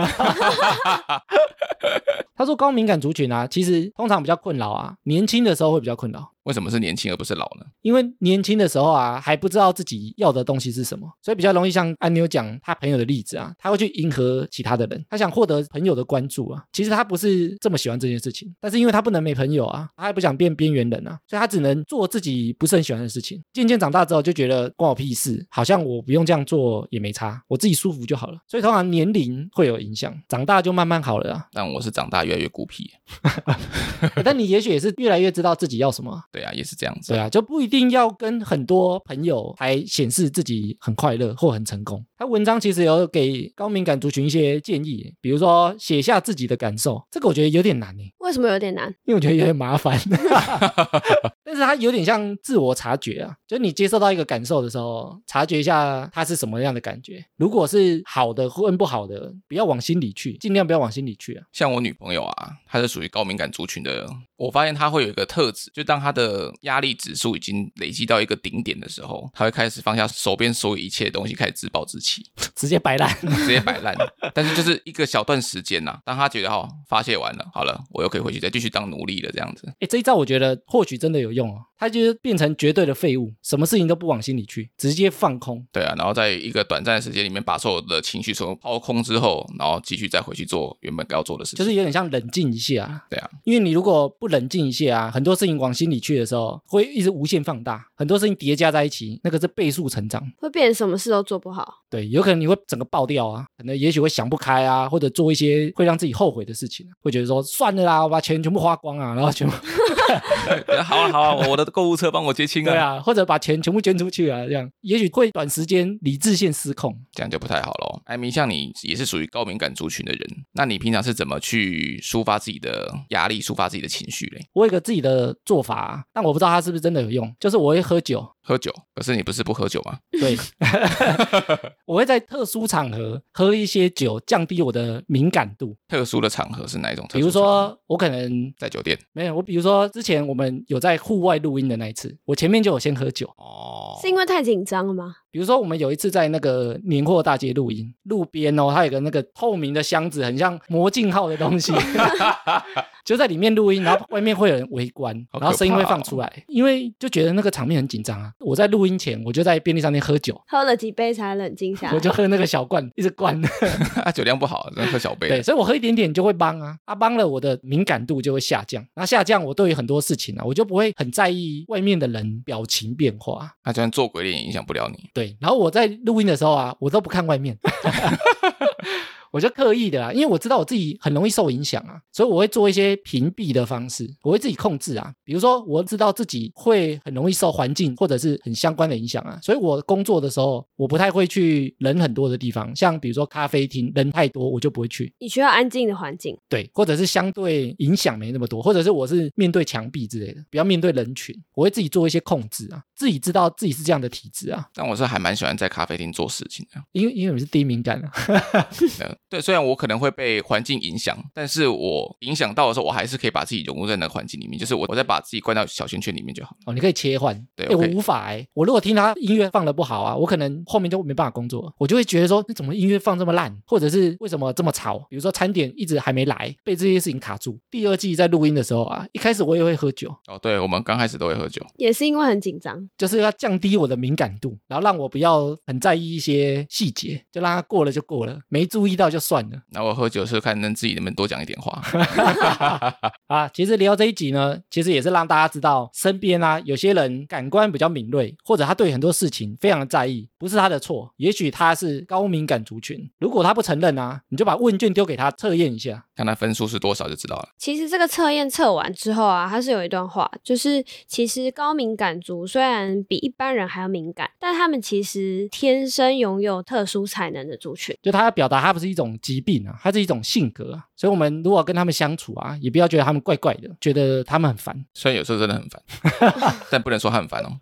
他说高敏感族群啊，其实通常比较困扰啊，年轻的时候会比较困扰。 为什么是年轻而不是老呢？ 因为年轻的时候啊，还不知道自己要的东西是什么，所以比较容易像安妞讲他朋友的例子啊，他会去迎合其他的人，他想获得朋友的关注啊。其实他不是这么喜欢这件事情，但是因为他不能没朋友啊，他还不想变边缘人啊，所以他只能做自己不是很喜欢的事情。渐渐长大之后就觉得关我屁事，好像我不用这样做也没差，我自己舒服就好了。所以通常年龄会有影响，长大就慢慢好了啊。 但我是长大越来越孤僻。 但你也许也是越来越知道自己要什么。 对啊，也是这样子。 对啊，就不一定要跟很多朋友才显示自己很快乐或很成功。他文章其实有给高敏感族群一些建议，比如说写下自己的感受，这个我觉得有点难耶。 为什么有点难？ 因为我觉得有点麻烦。但是它有点像自我察觉啊，就是你接受到一个感受的时候，察觉一下它是什么样的感觉。如果是好的或不好的，不要往心里去，尽量不要往心里去啊。 像我女朋友啊，她是属于高敏感族群的，我发现她会有一个特质，就当她的压力指数已经累积到一个顶点的时候，她会开始放下手边所有一切的东西，开始自暴自弃， 直接摆烂， 直接摆烂。但是就是一个小段时间呐、啊，当她觉得哦发泄完了，好了，我又可以回去再继续当奴隶了，这样子。 哎，这一招我觉得或许真的有用哦。他就是变成绝对的废物，什么事情都不往心里去，直接放空。 对啊，然后在一个短暂的时间里面，把所有的情绪从抛空之后，然后继续再回去做原本该要做的事情， 就是有点像冷静一下。 对啊， 因为你如果不冷静一下啊，很多事情往心里去的时候，会一直无限放大，很多事情叠加在一起，那个是倍数成长， 会变成什么事都做不好。 对，有可能你会整个爆掉啊，可能也许会想不开啊，或者做一些会让自己后悔的事情，会觉得说算了啦，我把钱全部花光啊，然后全部好啊好啊，我的购物车帮我结清啊， 对啊，或者把钱全部捐出去啊，这样也许会短时间理智线失控， 这样就不太好咯。艾米，像你也是属于高敏感族群的人，那你平常是怎么去抒发自己的压力，抒发自己的情绪嘞？ 我有个自己的做法啊，但我不知道它是不是真的有用，就是我会喝酒。 喝酒？可是你不是不喝酒吗？ 对，我会在特殊场合喝一些酒，降低我的敏感度。 特殊的场合是哪一种特殊？ 比如说，我可能在酒店。 没有，我比如说之前我们有在户外录音的那一次，我前面就有先喝酒。 哦， 是因为太紧张了吗？ 比如说我们有一次在那个年货大街录音，路边哦，它有个那个透明的箱子，很像魔镜号的东西。就在里面录音，然后外面会有人围观， 哦、 然后声音会放出来，因为就觉得那个场面很紧张啊。我在录音前，我就在便利商店喝酒， 喝了几杯才冷静下来。 我就喝那个小罐，一直灌。 啊，酒量不好，只能喝小杯。 对，所以我喝一点点就会帮啊，啊帮了我的敏感度就会下降，那下降我对于很多事情啊，我就不会很在意外面的人表情变化。 那就算做鬼脸也影响不了你。 对，然后我在录音的时候啊，我都不看外面。我就刻意的啊，因为我知道我自己很容易受影响啊，所以我会做一些屏蔽的方式，我会自己控制啊。比如说我知道自己会很容易受环境或者是很相关的影响啊，所以我工作的时候我不太会去人很多的地方，像比如说咖啡厅人太多我就不会去。 你需要安静的环境。 对，或者是相对影响没那么多，或者是我是面对墙壁之类的，不要面对人群，我会自己做一些控制啊，自己知道自己是这样的体质啊。 但我是还蛮喜欢在咖啡厅做事情的， 因为因为你是低敏感啊。 对，虽然我可能会被环境影响，但是我影响到的时候，我还是可以把自己融入在那个环境里面，就是我我再把自己关到小圈圈里面就好。 哦，你可以切换。 对， 欸、我无法哎、欸，我如果听他音乐放的不好啊，我可能后面就没办法工作，我就会觉得说，你怎么音乐放这么烂，或者是为什么这么吵？比如说餐点一直还没来，被这些事情卡住。第二季在录音的时候啊，一开始我也会喝酒。 哦，对，我们刚开始都会喝酒， 也是因为很紧张。 就是要降低我的敏感度，然后让我不要很在意一些细节，就让它过了就过了，没注意到就算了。 那我喝酒是看能自己能不能多讲一点话啊，其实聊这一集呢，其实也是让大家知道身边啊有些人感官比较敏锐，或者他对很多事情非常的在意，不是他的错，也许他是高敏感族群。如果他不承认啊，你就把问卷丢给他测验一下， 看他分数是多少就知道了。 其实这个测验测完之后啊，它是有一段话，就是其实高敏感族虽然比一般人还要敏感，但他们其实天生拥有特殊才能的族群。 就他要表达他不是一种疾病啊，他是一种性格啊，所以我们如果跟他们相处啊，也不要觉得他们怪怪的，觉得他们很烦。 虽然有时候真的很烦但不能说他很烦哦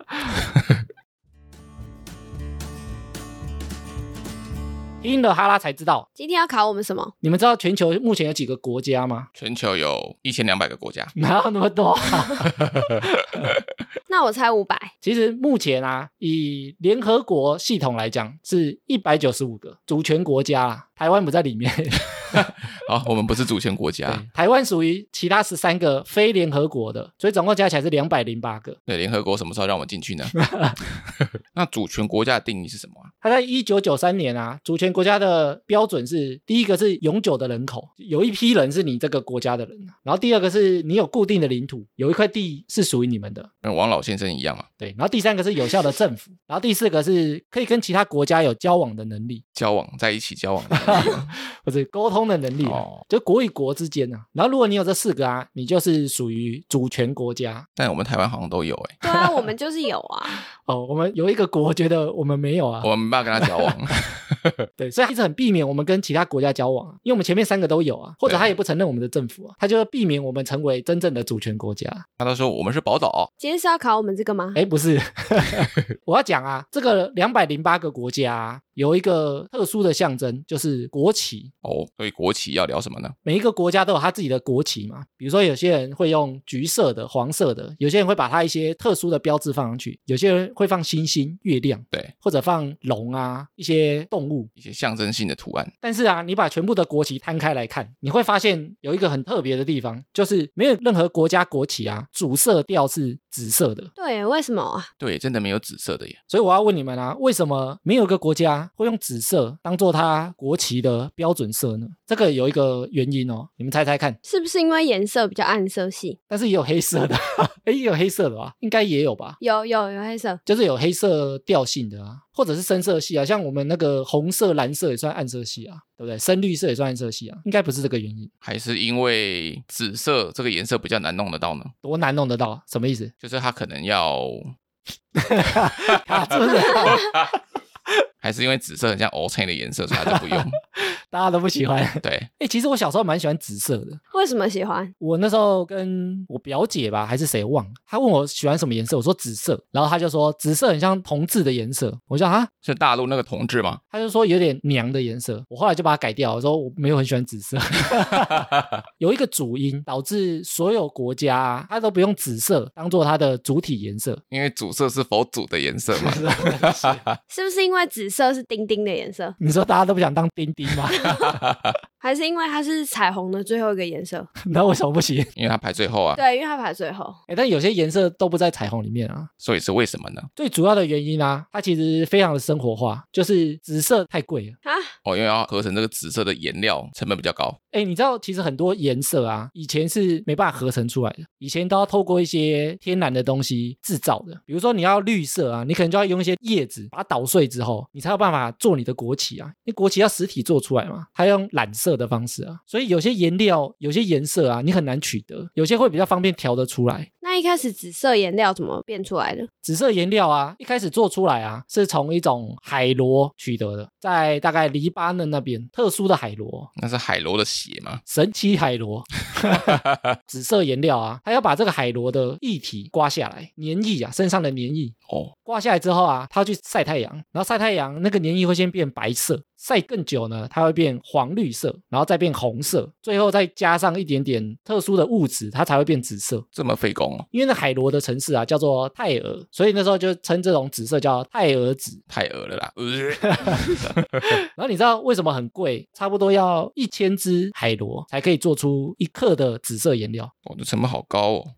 听了哈拉才知道， 今天要考我们什么？ 你们知道全球目前有几个国家吗？ 全球有一千两百个国家， 哪有那么多、啊、 那我猜五百。 其实目前啊，以联合国系统来讲是一百九十五个主权国家啊，台湾不在里面好，我们不是主权国家， 台湾属于其他十三个非联合国的，所以总共加起来是两百零八个。 对，联合国什么时候让我们进去呢那主权国家的定义是什么啊？ 它在一九九三年啊，主权国家的标准是第一个是永久的人口，有一批人是你这个国家的人，然后第二个是你有固定的领土，有一块地是属于你们的， 跟王老先生一样嘛。 对，然后第三个是有效的政府，然后第四个是可以跟其他国家有交往的能力， 交往在一起交往的能力或者沟通的能力、啊哦、就国与国之间啊。然后如果你有这四个啊，你就是属于主权国家。 但我们台湾好像都有哎、 欸。对啊，我们就是有啊。 哦，我们有一个国觉得我们没有啊， 我们没办法跟他交往对，所以一直很避免我们跟其他国家交往啊，因为我们前面三个都有啊，或者他也不承认我们的政府啊，他就避免我们成为真正的主权国家。 他都说我们是宝岛。 今天是要考我们这个吗？ 哎，不是我要讲啊，这个两百零八个国家、啊、有一个特殊的象征，就是国旗。 哦，所以国旗要聊什么呢？ 每一个国家都有他自己的国旗嘛，比如说有些人会用橘色的、黄色的，有些人会把他一些特殊的标志放上去，有些人会放星星、月亮， 对， 或者放龙啊，一些动物， 一些象征性的图案。 但是啊，你把全部的国旗摊开来看，你会发现有一个很特别的地方，就是没有任何国家国旗啊主色调是紫色的。 对，为什么啊？ 对，真的没有紫色的耶。 所以我要问你们啊，为什么没有一个国家会用紫色当做它国旗的标准色呢？这个有一个原因哦，你们猜猜看， 是不是因为颜色比较暗色系？ 但是也有黑色的诶，也有黑色的吧？应该也有吧？ 有有有黑色， 就是有黑色调性的啊，或者是深色系啊，像我们那个红色、蓝色也算暗色系啊，对不对？深绿色也算暗色系啊，应该不是这个原因。 还是因为紫色这个颜色比较难弄得到呢？ 多难弄得到？什么意思？ 就是它可能要卡住了还是因为紫色很像欧青的颜色，所以他就不用大家都不喜欢。 对， 哎，其实我小时候蛮喜欢紫色的。 为什么喜欢？ 我那时候跟我表姐吧，还是谁忘了，她问我喜欢什么颜色，我说紫色，然后她就说紫色很像同志的颜色，我说啊， 是大陆那个同志吗？ 她就说有点娘的颜色，我后来就把它改掉，我说我没有很喜欢紫色。有一个主因导致所有国家、啊、它都不用紫色当做它的主体颜色， 因为主色是否主的颜色嘛。 是不是因为紫色是丁丁的颜色？ 你说大家都不想当丁丁吗？ 还是因为它是彩虹的最后一个颜色？ 那为什么不行？ 因为它排最后啊。 对，因为它排最后。 欸、但有些颜色都不在彩虹里面啊。 所以是为什么呢？ 最主要的原因啊，它其实非常的生活化，就是紫色太贵了啊。 哦，因为要合成这个紫色的颜料成本比较高。 哎，你知道其实很多颜色啊，以前是没办法合成出来的，以前都要透过一些天然的东西制造的。比如说你要绿色啊，你可能就要用一些叶子把它捣碎之后，你才有办法做你的国旗啊。因为国旗要实体做出来嘛，它要用染色的方式啊，所以有些颜料、有些颜色啊，你很难取得，有些会比较方便调得出来。 那一开始紫色颜料怎么变出来的？ 紫色颜料啊，一开始做出来啊，是从一种海螺取得的，在大概黎巴嫩那边特殊的海螺， 那是海螺的血吗？ 神奇海螺。紫色颜料啊，它要把这个海螺的液体刮下来，黏液啊，身上的黏液哦， 刮下来之后啊，它要去晒太阳，然后晒太阳，那个黏液会先变白色，晒更久呢，它会变黄绿色，然后再变红色，最后再加上一点点特殊的物质，它才会变紫色。 这么费工哦？ 因为那海螺的城市啊叫做泰俄，所以那时候就称这种紫色叫泰俄紫。 太鹅了啦！ 然后你知道为什么很贵？差不多要一千只海螺才可以做出一克的紫色颜料。 哦，这成本好高哦。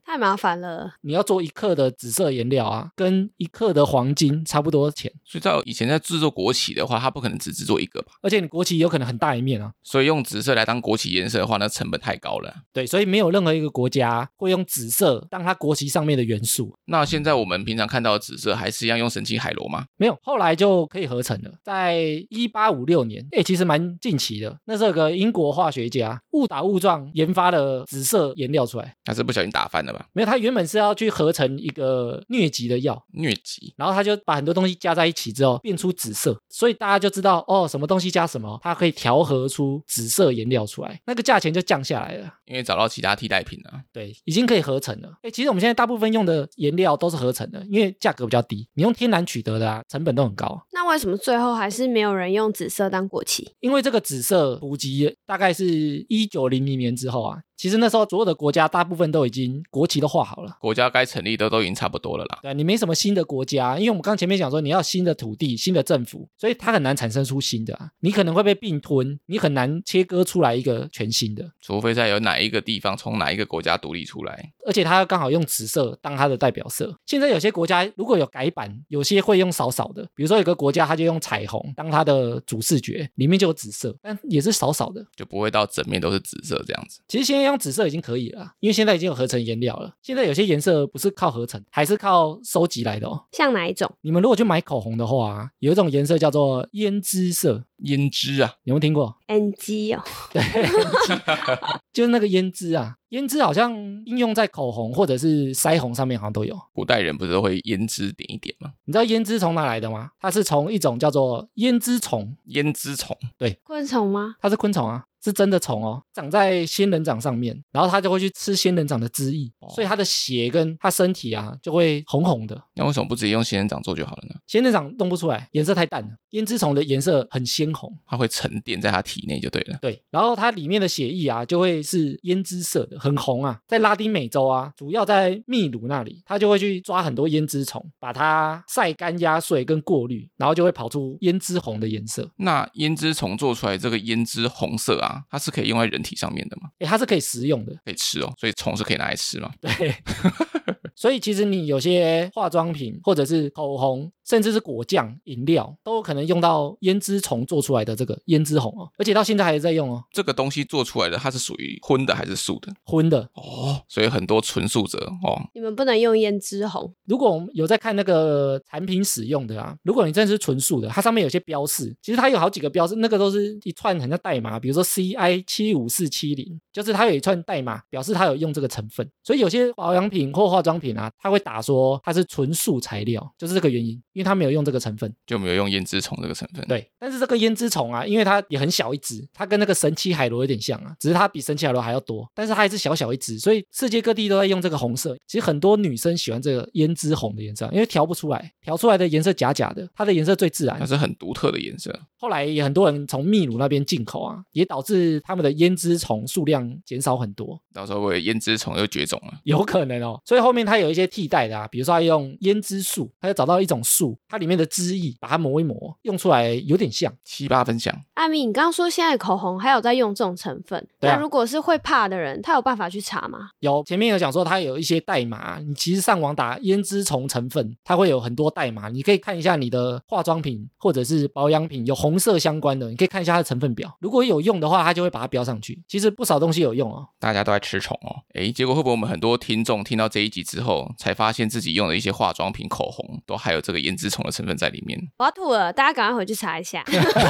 太麻烦了。 你要做一克的紫色颜料啊，跟一克的黄金差不多钱。 所以在以前在制作国旗的话，它不可能只制作一个吧？ 而且你国旗有可能很大一面啊。 所以用紫色来当国旗颜色的话，那成本太高了。 对，所以没有任何一个国家会用紫色当它国旗上面的元素。 那现在我们平常看到的紫色还是一样用神奇海螺吗？ 没有，后来就可以合成了。在一八五六年，哎，其实蛮近期的。那时候有个英国化学家误打误撞研发了紫色颜料出来。 还是不小心打翻了吧？ 没有，他原本是要去合成一个疟疾的药， 疟疾， 然后他就把很多东西加在一起之后变出紫色，所以大家就知道哦，什么东西加什么，它可以调和出紫色颜料出来，那个价钱就降下来了。 因为找到其他替代品了。 对，已经可以合成了。哎，其实我们现在大部分用的颜料都是合成的，因为价格比较低，你用天然取得的啊，成本都很高。 那为什么最后还是没有人用紫色当国旗？ 因为这个紫色普及大概是一九零零年之后啊，其实那时候所有的国家大部分都已经国旗都画好了， 国家该成立的都已经差不多了啦。 对，你没什么新的国家，因为我们刚前面讲说你要新的土地、新的政府，所以它很难产生出新的啊，你可能会被并吞，你很难切割出来一个全新的， 除非在有哪一个地方从哪一个国家独立出来， 而且它刚好用紫色当它的代表色。现在有些国家如果有改版，有些会用少少的，比如说有个国家它就用彩虹当它的主视觉，里面就有紫色，但也是少少的， 就不会到整面都是紫色这样子。 其实现在用紫色已经可以了，因为现在已经有合成颜料了。现在有些颜色不是靠合成，还是靠收集来的哦。 像哪一种？ 你们如果去买口红的话啊，有一种颜色叫做胭脂色。 胭脂啊， 有没有听过 N G 哦？ 对，就是那个胭脂啊。胭脂好像应用在口红或者是腮红上面好像都有。 古代人不是都会胭脂点一点吗？ 你知道胭脂从哪来的吗？它是从一种叫做胭脂虫。 胭脂虫？ 对， 昆虫吗？ 它是昆虫啊，是真的虫哦，长在仙人掌上面，然后它就会去吃仙人掌的汁液，哦、所以它的血跟它身体啊就会红红的。 那为什么不直接用仙人掌做就好了呢？ 仙人掌弄不出来，颜色太淡了。胭脂虫的颜色很鲜红， 它会沉淀在它体内就对了。 对，然后它里面的血液啊就会是胭脂色的，很红啊。在拉丁美洲啊，主要在秘鲁那里，它就会去抓很多胭脂虫，把它晒干、压碎跟过滤，然后就会跑出胭脂红的颜色。 那胭脂虫做出来这个胭脂红色啊，它是可以用在人体上面的吗？ 诶，它是可以食用的， 可以吃哦，所以虫是可以拿来吃吗？ 对。所以其实你有些化妆品或者是口红，甚至是果酱、饮料，都有可能用到胭脂虫做出来的这个胭脂红哦，而且到现在还在用哦。 这个东西做出来的，它是属于荤的还是素的？ 荤的哦，所以很多纯素者哦。 你们不能用胭脂红。 如果我们有在看那个产品使用的啊，如果你真的是纯素的，它上面有些标示，其实它有好几个标示，那个都是一串很像代码，比如说 C I 七五四七零，就是它有一串代码表示它有用这个成分，所以有些保养品或化妆品啊，它会打说它是纯素材料，就是这个原因，因为它没有用这个成分， 就没有用胭脂虫这个成分。 对，但是这个胭脂虫啊，因为它也很小一只，它跟那个神奇海螺有点像啊，只是它比神奇海螺还要多，但是它还是小小一只，所以世界各地都在用这个红色。其实很多女生喜欢这个胭脂红的颜色，因为调不出来，调出来的颜色假假的，它的颜色最自然， 它是很独特的颜色。 后来也很多人从秘鲁那边进口啊，也导致他们的胭脂虫数量减少很多， 到时候会胭脂虫又绝种了， 有可能哦。所以后面它有一些替代的啊，比如说它用胭脂树，它就找到一种树，它里面的汁液把它磨一磨，用出来有点像， 七八分像。 阿咪，你刚刚说现在口红还有在用这种成分， 对啊， 那如果是会怕的人，他有办法去查吗？ 有，前面有讲说它有一些代码，你其实上网打胭脂虫成分，它会有很多代码，你可以看一下你的化妆品或者是保养品有红色相关的，你可以看一下它的成分表，如果有用的话，它就会把它标上去。其实不少东西有用哦， 大家都在吃虫哦。诶，结果会不会我们很多听众听到这一集之后，才发现自己用的一些化妆品、口红都还有这个胭脂虫的成分在里面？ 我要吐了，大家赶快回去查一下。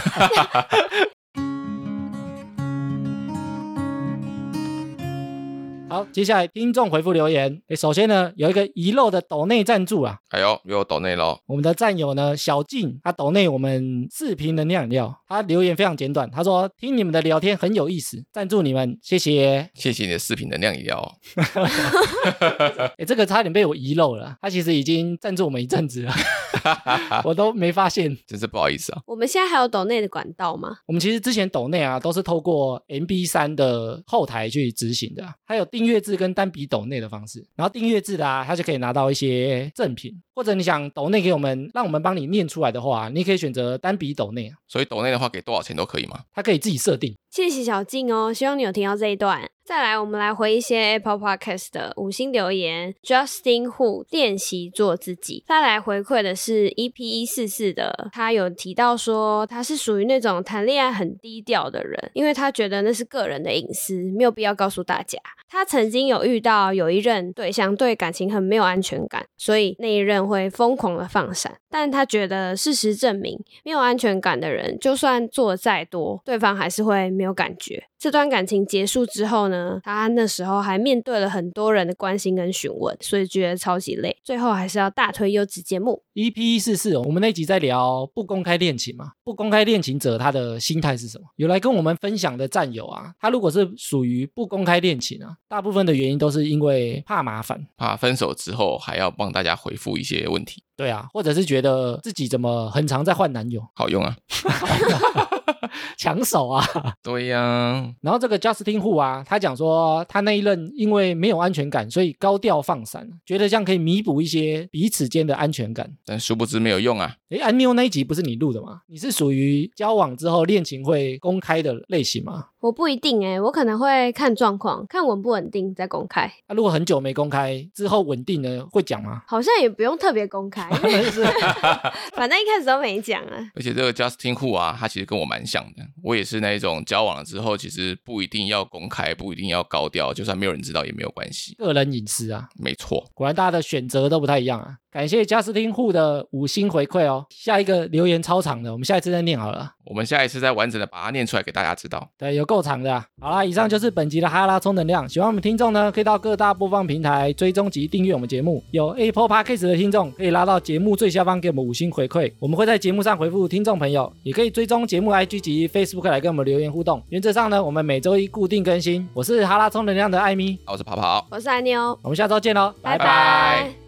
好，接下来听众回复留言。诶，首先呢，有一个遗漏的抖内赞助啊， 哎呦，又抖内咯。 我们的战友呢，小静，他抖内我们四瓶能量饮料，他留言非常简短，他说听你们的聊天很有意思，赞助你们，谢谢。 谢谢你的四瓶能量饮料哦。 诶，这个差点被我遗漏了，他其实已经赞助我们一阵子了，我都没发现， 真是不好意思啊。 我们现在还有抖内的管道吗？ 我们其实之前抖内啊，都是透过 M B 三 的后台去执行的，还有订阅制跟单笔抖内的方式，然后订阅制的啊，它就可以拿到一些赠品，或或者你想抖内给我们，让我们帮你念出来的话，你可以选择单笔抖内， 所以抖内的话给多少钱都可以吗？ 它可以自己设定。 谢谢小静哦，希望你有听到这一段。再来，我们来回一些 Apple Podcast 的五星留言。Justin Hu 练习做自己。再来回馈的是 E P 一四四的，他有提到说他是属于那种谈恋爱很低调的人，因为他觉得那是个人的隐私，没有必要告诉大家。他曾经有遇到有一任对象对感情很没有安全感，所以那一任会疯狂的放闪，但他觉得事实证明，没有安全感的人就算做再多，对方还是会没有感觉。这段感情结束之后呢，他那时候还面对了很多人的关心跟询问，所以觉得超级累，最后还是要大推优质节目。 E P 一四四，我们那集在聊不公开恋情嘛，不公开恋情者他的心态是什么？有来跟我们分享的战友啊，他如果是属于不公开恋情啊，大部分的原因都是因为怕麻烦， 怕分手之后还要帮大家回复一些问题。 对啊，或者是觉得自己怎么很常在换男友， 好用啊抢手啊。 对呀、啊， 然后这个 Justin Hu 啊，他讲说他那一任因为没有安全感，所以高调放闪，觉得这样可以弥补一些彼此间的安全感。 但殊不知没有用啊。 诶，安妞那一集不是你录的吗？你是属于交往之后恋情会公开的类型吗？ 我不一定耶，我可能会看状况，看稳不稳定再公开。 啊，如果很久没公开，之后稳定了会讲吗？ 好像也不用特别公开反正一开始都没讲啊。 而且这个 Justin Hu 啊，他其实跟我蛮像的，我也是那一种交往了之后，其实不一定要公开，不一定要高调，就算没有人知道也没有关系， 个人隐私啊。 没错， 果然大家的选择都不太一样啊。感谢 Justin Hu 的五星回馈哦。下一个留言超长的，我们下一次再念好了。 我们下一次再完整的把它念出来给大家知道。 对，有够长的啊。好啦，以上就是本集的哈拉充能量。喜欢我们听众呢，可以到各大播放平台追踪及订阅我们节目。有 Apple Podcast 的听众可以拉到节目最下方给我们五星回馈，我们会在节目上回复听众朋友。也可以追踪节目 I G 及 Facebook 来跟我们留言互动。原则上呢，我们每周一固定更新。我是哈拉充能量的艾咪， 我是跑跑， 我是爱妞， 我们下周见喽， 拜拜。